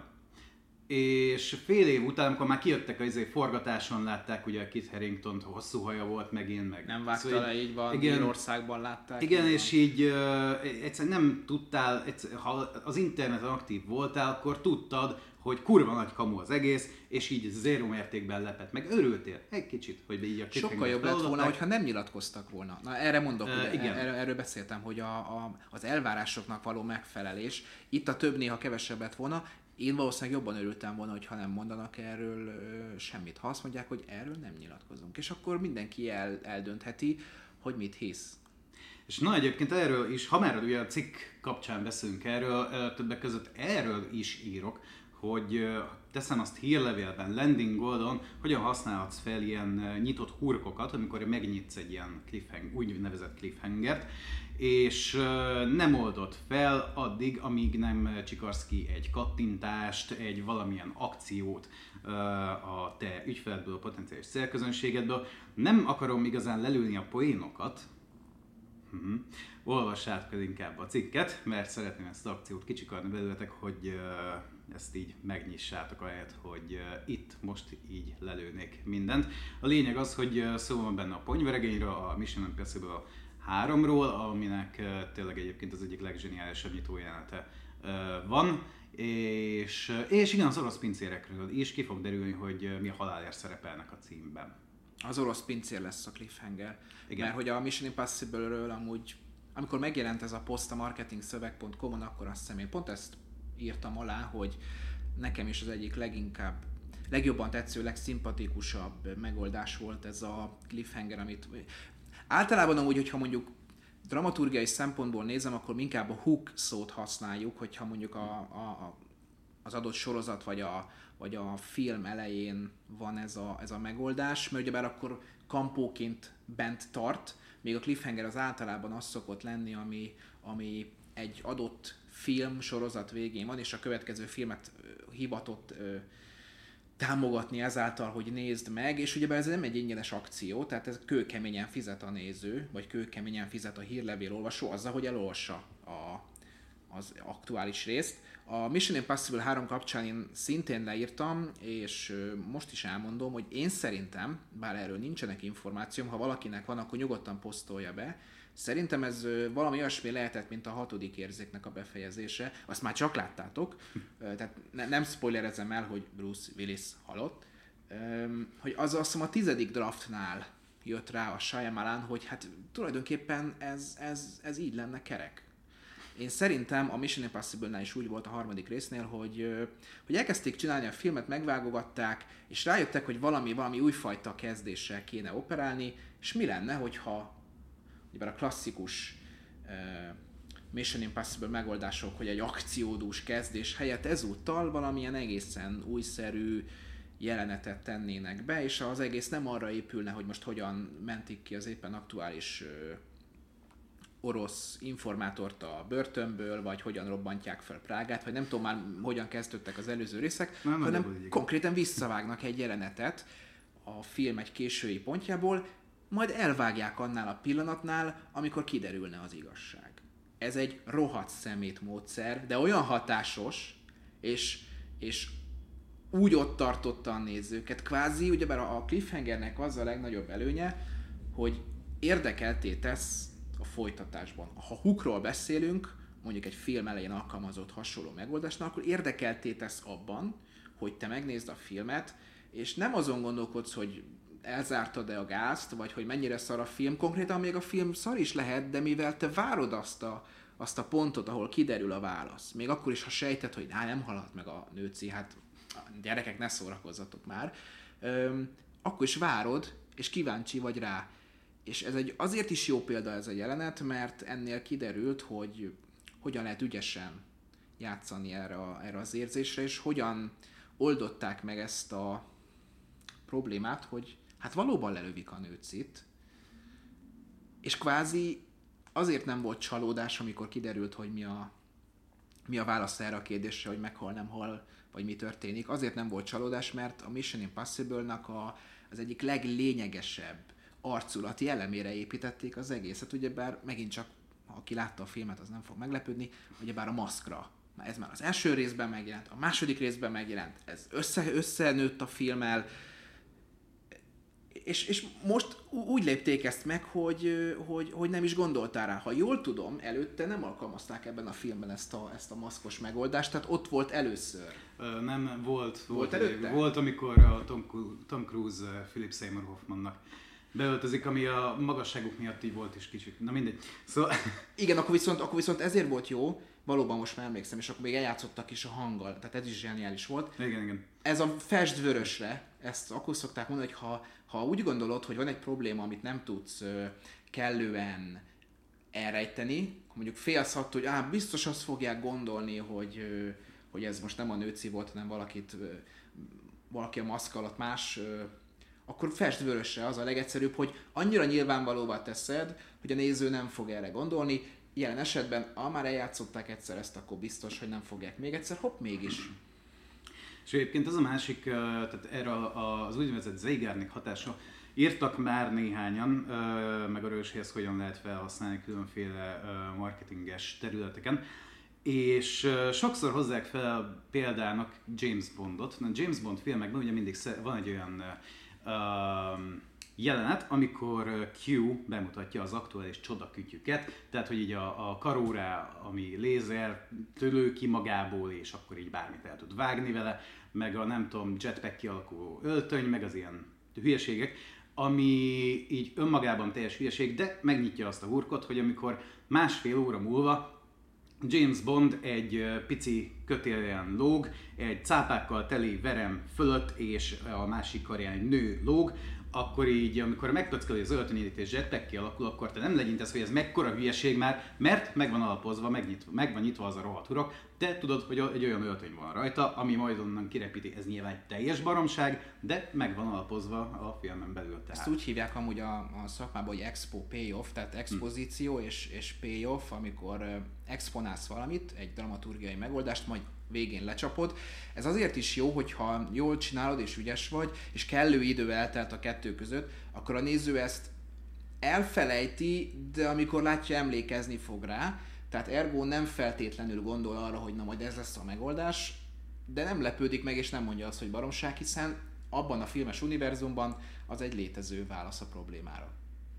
És fél év után, amikor már kijöttek a forgatáson, látták ugye a Kit Haringtont, hosszú haja volt megint, meg... Nem vágta szóval le, így van, Írországban látták. Igen, és így egyszerűen nem tudtál, ha az interneten aktív voltál, akkor tudtad, hogy kurva nagy kamu az egész, és így zéró mértékben lepett meg. Örültél egy kicsit, hogy így a sokkal jobb lett volna, hogyha nem nyilatkoztak volna. Na erre mondok, igen. Erről beszéltem, hogy az elvárásoknak való megfelelés, itt a több néha kevesebb lett volna. Én valószínűleg jobban örültem volna, hogyha nem mondanak erről semmit. Ha azt mondják, hogy erről nem nyilatkozunk. És akkor mindenki eldöntheti, hogy mit hisz. És na egyébként erről is, ha már ugye a cikk kapcsán beszélünk erről, többek között erről is írok, hogy teszem azt hírlevélben, landing oldalon, hogyan használhatsz fel ilyen nyitott hurkokat, amikor megnyitsz egy ilyen úgynevezett cliffhangert, és nem oldod fel addig, amíg nem csikarsz ki egy kattintást, egy valamilyen akciót a te ügyfeledből, a potenciális célközönségedből. Nem akarom igazán lelőni a poénokat, olvassátok inkább a cikket, mert szeretném ezt az akciót kicsikarni belőletek, hogy ezt így megnyissátok ahelyett, hogy itt most így lelőnék mindent. A lényeg az, hogy szó van benne a ponyveregényről, a Mission Impossible 3-ról, aminek tényleg egyébként az egyik legzseniálisabb nyitójelenete van, és igen, az orosz pincérekről is ki fog derülni, hogy mi a halálért szerepelnek a címben. Az orosz pincér lesz a cliffhanger. Igen. Mert hogy a Mission Impossible-ről amúgy, amikor megjelent ez a poszt a marketingszöveg.com-on, akkor azt hiszem én pont ezt írtam alá, hogy nekem is az egyik legjobban tetsző, legszimpatikusabb megoldás volt ez a cliffhanger, amit általában amúgy, hogyha mondjuk dramaturgiai szempontból nézem, akkor inkább a hook szót használjuk, hogyha mondjuk az adott sorozat vagy a film elején van ez a megoldás, mert ugyebár akkor kampóként bent tart, még a cliffhanger az általában az szokott lenni, ami egy adott film, sorozat végén van, és a következő filmet hivatott támogatni ezáltal, hogy nézd meg, és ugyebár ez nem egy ingyenes akció, tehát ez kőkeményen fizet a néző, vagy kőkeményen fizet a hírlevél olvasó azzal, hogy elolvassa az aktuális részt. A Mission Impossible 3 kapcsán én szintén leírtam, és most is elmondom, hogy én szerintem, bár erről nincsenek információm, ha valakinek van, akkor nyugodtan posztolja be. Szerintem ez valami olyasmi lehetett, mint a 6. érzéknek a befejezése. Azt már csak láttátok, tehát nem spoilerezem el, hogy Bruce Willis halott. Hogy az azt hiszem a 10. draftnál jött rá a Shyamalan, hogy hát tulajdonképpen ez így lenne kerek. Én szerintem a Mission Impossible-nál is úgy volt a 3. résznél, hogy elkezdték csinálni a filmet, megvágogatták, és rájöttek, hogy valami újfajta kezdéssel kéne operálni, és mi lenne, hogyha a klasszikus Mission Impossible megoldások, hogy egy akciódús kezdés helyett ezúttal valamilyen egészen újszerű jelenetet tennének be, és az egész nem arra épülne, hogy most hogyan mentik ki az éppen aktuális orosz informátort a börtönből, vagy hogyan robbantják fel Prágát, vagy nem tudom már hogyan kezdődtek az előző részek, hanem konkrétan visszavágnak egy jelenetet a film egy késői pontjából, majd elvágják annál a pillanatnál, amikor kiderülne az igazság. Ez egy rohadt szemét módszer, de olyan hatásos, és úgy ott tartotta a nézőket. Kvázi, ugyebár a cliffhangernek az a legnagyobb előnye, hogy érdekelté tesz a folytatásban. Ha hookról beszélünk, mondjuk egy film elején alkalmazott hasonló megoldásnál, akkor érdekelté tesz abban, hogy te megnézd a filmet, és nem azon gondolkodsz, hogy elzártad-e a gázt, vagy hogy mennyire szar a film. Konkrétan még a film szar is lehet, de mivel te várod azt a pontot, ahol kiderül a válasz, még akkor is, ha sejted, hogy nem halhat meg a nőci, hát gyerekek, ne szórakozzatok már, akkor is várod, és kíváncsi vagy rá. És ez azért is jó példa ez a jelenet, mert ennél kiderült, hogy hogyan lehet ügyesen játszani erre az érzésre, és hogyan oldották meg ezt a problémát, hogy hát valóban lelövik a nőcit, és kvázi azért nem volt csalódás, amikor kiderült, hogy mi a válasz erre a kérdésre, hogy meghal, nem hal, vagy mi történik. Azért nem volt csalódás, mert a Mission Impossible-nak az egyik leglényegesebb arculati elemére építették az egészet, ugyebár megint csak, aki látta a filmet, az nem fog meglepődni, ugyebár a maszkra. Ez már az első részben megjelent, a második részben megjelent, ez összenőtt a filmmel, És most úgy lépték ezt meg, hogy nem is gondoltál rá. Ha jól tudom, előtte nem alkalmazták ebben a filmben ezt a maszkos megoldást, tehát ott volt először. Nem, volt előtte? Volt, amikor a Tom Cruise Philip Seymour Hoffmannak beöltözik, ami a magasságuk miatt így volt is kicsit. Na mindegy. Szóval... Igen, akkor viszont ezért volt jó, valóban most már emlékszem, és akkor még eljátszottak is a hanggal, tehát ez is zseniális volt. Igen. Ez a fest vörösre, ezt akkor szokták mondani, hogy ha úgy gondolod, hogy van egy probléma, amit nem tudsz kellően elrejteni, mondjuk félsz attól, hogy biztos azt fogják gondolni, hogy ez most nem a nőci volt, hanem valaki a maszk alatt más, akkor fest vörösre, az a legegyszerűbb, hogy annyira nyilvánvalóvá teszed, hogy a néző nem fog erre gondolni. Jelen esetben, már eljátszották egyszer ezt, akkor biztos, hogy nem fogják még egyszer, mégis. És egyébként az a másik, tehát erre az úgynevezett Zeigarnik hatásra írtak már néhányan, meg arról is, hogy ezt hogyan lehet felhasználni különféle marketinges területeken. És sokszor hozzák fel példának James Bondot. Na, James Bond filmekben ugye mindig van egy olyan jelenet, amikor Q bemutatja az aktuális csodakütyüket, tehát hogy így a karóra, ami lézer, tölő ki magából, és akkor így bármit el tud vágni vele, meg a nem tudom, jetpack kialakuló öltöny, meg az ilyen hülyeségek, ami így önmagában teljes hülyeség, de megnyitja azt a hurkot, hogy amikor másfél óra múlva James Bond egy pici kötéljen lóg, egy cápákkal teli verem fölött, és a másik karján egy nő lóg, akkor így, amikor megtöckeli az öltönyét és jetpack kialakul, akkor te nem legyintesz, hogy ez mekkora hülyeség már, mert meg van alapozva, meg van nyitva az a rohadt hurok, te tudod, hogy egy olyan öltöny van rajta, ami majd onnan kirepíti, ez nyilván egy teljes baromság, de meg van alapozva a filmen belül. Tehát. Ezt úgy hívják amúgy a szakmában, hogy expo payoff, tehát expozíció és payoff, amikor exponálsz valamit, egy dramaturgiai megoldást, majd végén lecsapod. Ez azért is jó, hogyha jól csinálod és ügyes vagy, és kellő idő eltelt a kettő között, akkor a néző ezt elfelejti, de amikor látja, emlékezni fog rá. Tehát ergo nem feltétlenül gondol arra, hogy na majd ez lesz a megoldás, de nem lepődik meg és nem mondja azt, hogy baromság, hiszen abban a filmes univerzumban az egy létező válasz a problémára.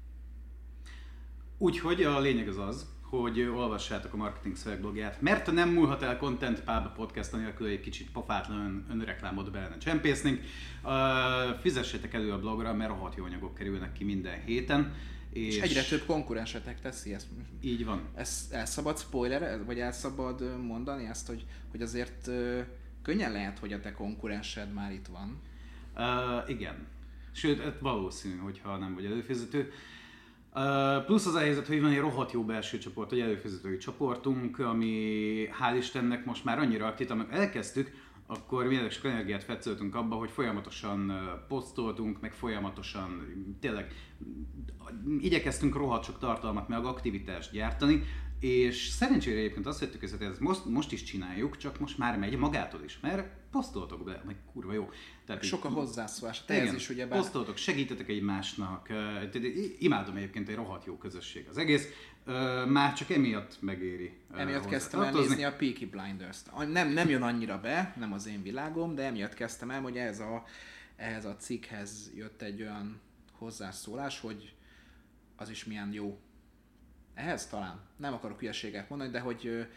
Úgyhogy a lényeg az, hogy olvassátok a Marketing Szövegblogját, mert nem múlhat el Content Pub podcast anélkül egy kicsit pofátlan önreklámot benne csempésznünk. Fizessetek elő a blogra, mert rohadt jó anyagok kerülnek ki minden héten. És egyre több konkurensetek teszi ezt. Így van. Ezt elszabad spoiler, vagy elszabad mondani ezt, hogy azért könnyen lehet, hogy a te konkurensed már itt van. Igen. Sőt, valószínű, hogyha nem vagy előfizető. Plusz az a helyzet, hogy van egy rohadt jó belső csoport, egy előfizetői csoportunk, ami hál' Istennek most már annyira aktív, amikor elkezdtük, akkor mindenek sok energiát fetszöltünk abba, hogy folyamatosan posztoltunk, meg folyamatosan tényleg igyekeztünk rohadt sok tartalmat, meg aktivitást gyártani, és szerencsére egyébként azt vettük össze, hogy ezt most is csináljuk, csak most már megy magától is, mert posztoltok be, meg kurva jó. Tehát sok a hozzászólás, igen, is ugye bár... posztoltok, segítetek egymásnak, imádom egyébként, egy rohadt jó közösség az egész, már csak emiatt megéri. Emiatt kezdtem el nézni a Peaky Blinders-t. Nem jön annyira be, nem az én világom, de emiatt kezdtem el, hogy ehhez a cikkhez jött egy olyan hozzászólás, hogy az is milyen jó. Ehhez talán nem akarok hülyeséget mondani, de hogy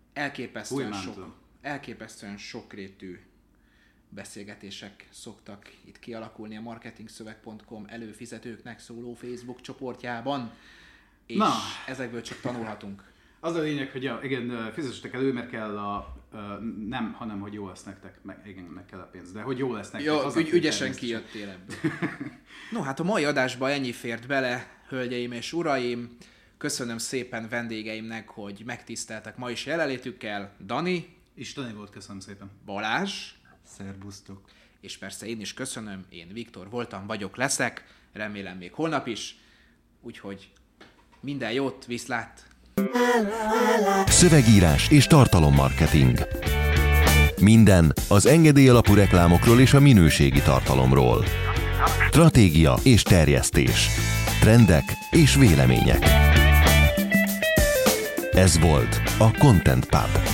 elképesztően sokrétű beszélgetések szoktak itt kialakulni a marketingszöveg.com előfizetőknek szóló Facebook csoportjában, és ezekből csak tanulhatunk. Az a lényeg, hogy igen, fizessetek elő, mert kell nem, hanem hogy jó lesz nektek, meg kell a pénz, de hogy jó lesz nektek. Jó, ügyesen kijöttél ebből. No, hát a mai adásban ennyi fért bele, hölgyeim és uraim. Köszönöm szépen vendégeimnek, hogy megtiszteltek ma is jelenlétükkel. Dani. Isteni volt, köszönöm szépen. Balázs. Szerbusztok. És persze én is köszönöm, én Viktor voltam, vagyok, leszek, remélem még holnap is. Úgyhogy minden jót, viszlát! Szövegírás és tartalommarketing. Minden az engedély alapú reklámokról és a minőségi tartalomról. Stratégia és terjesztés. Trendek és vélemények. Ez volt a Content Pub.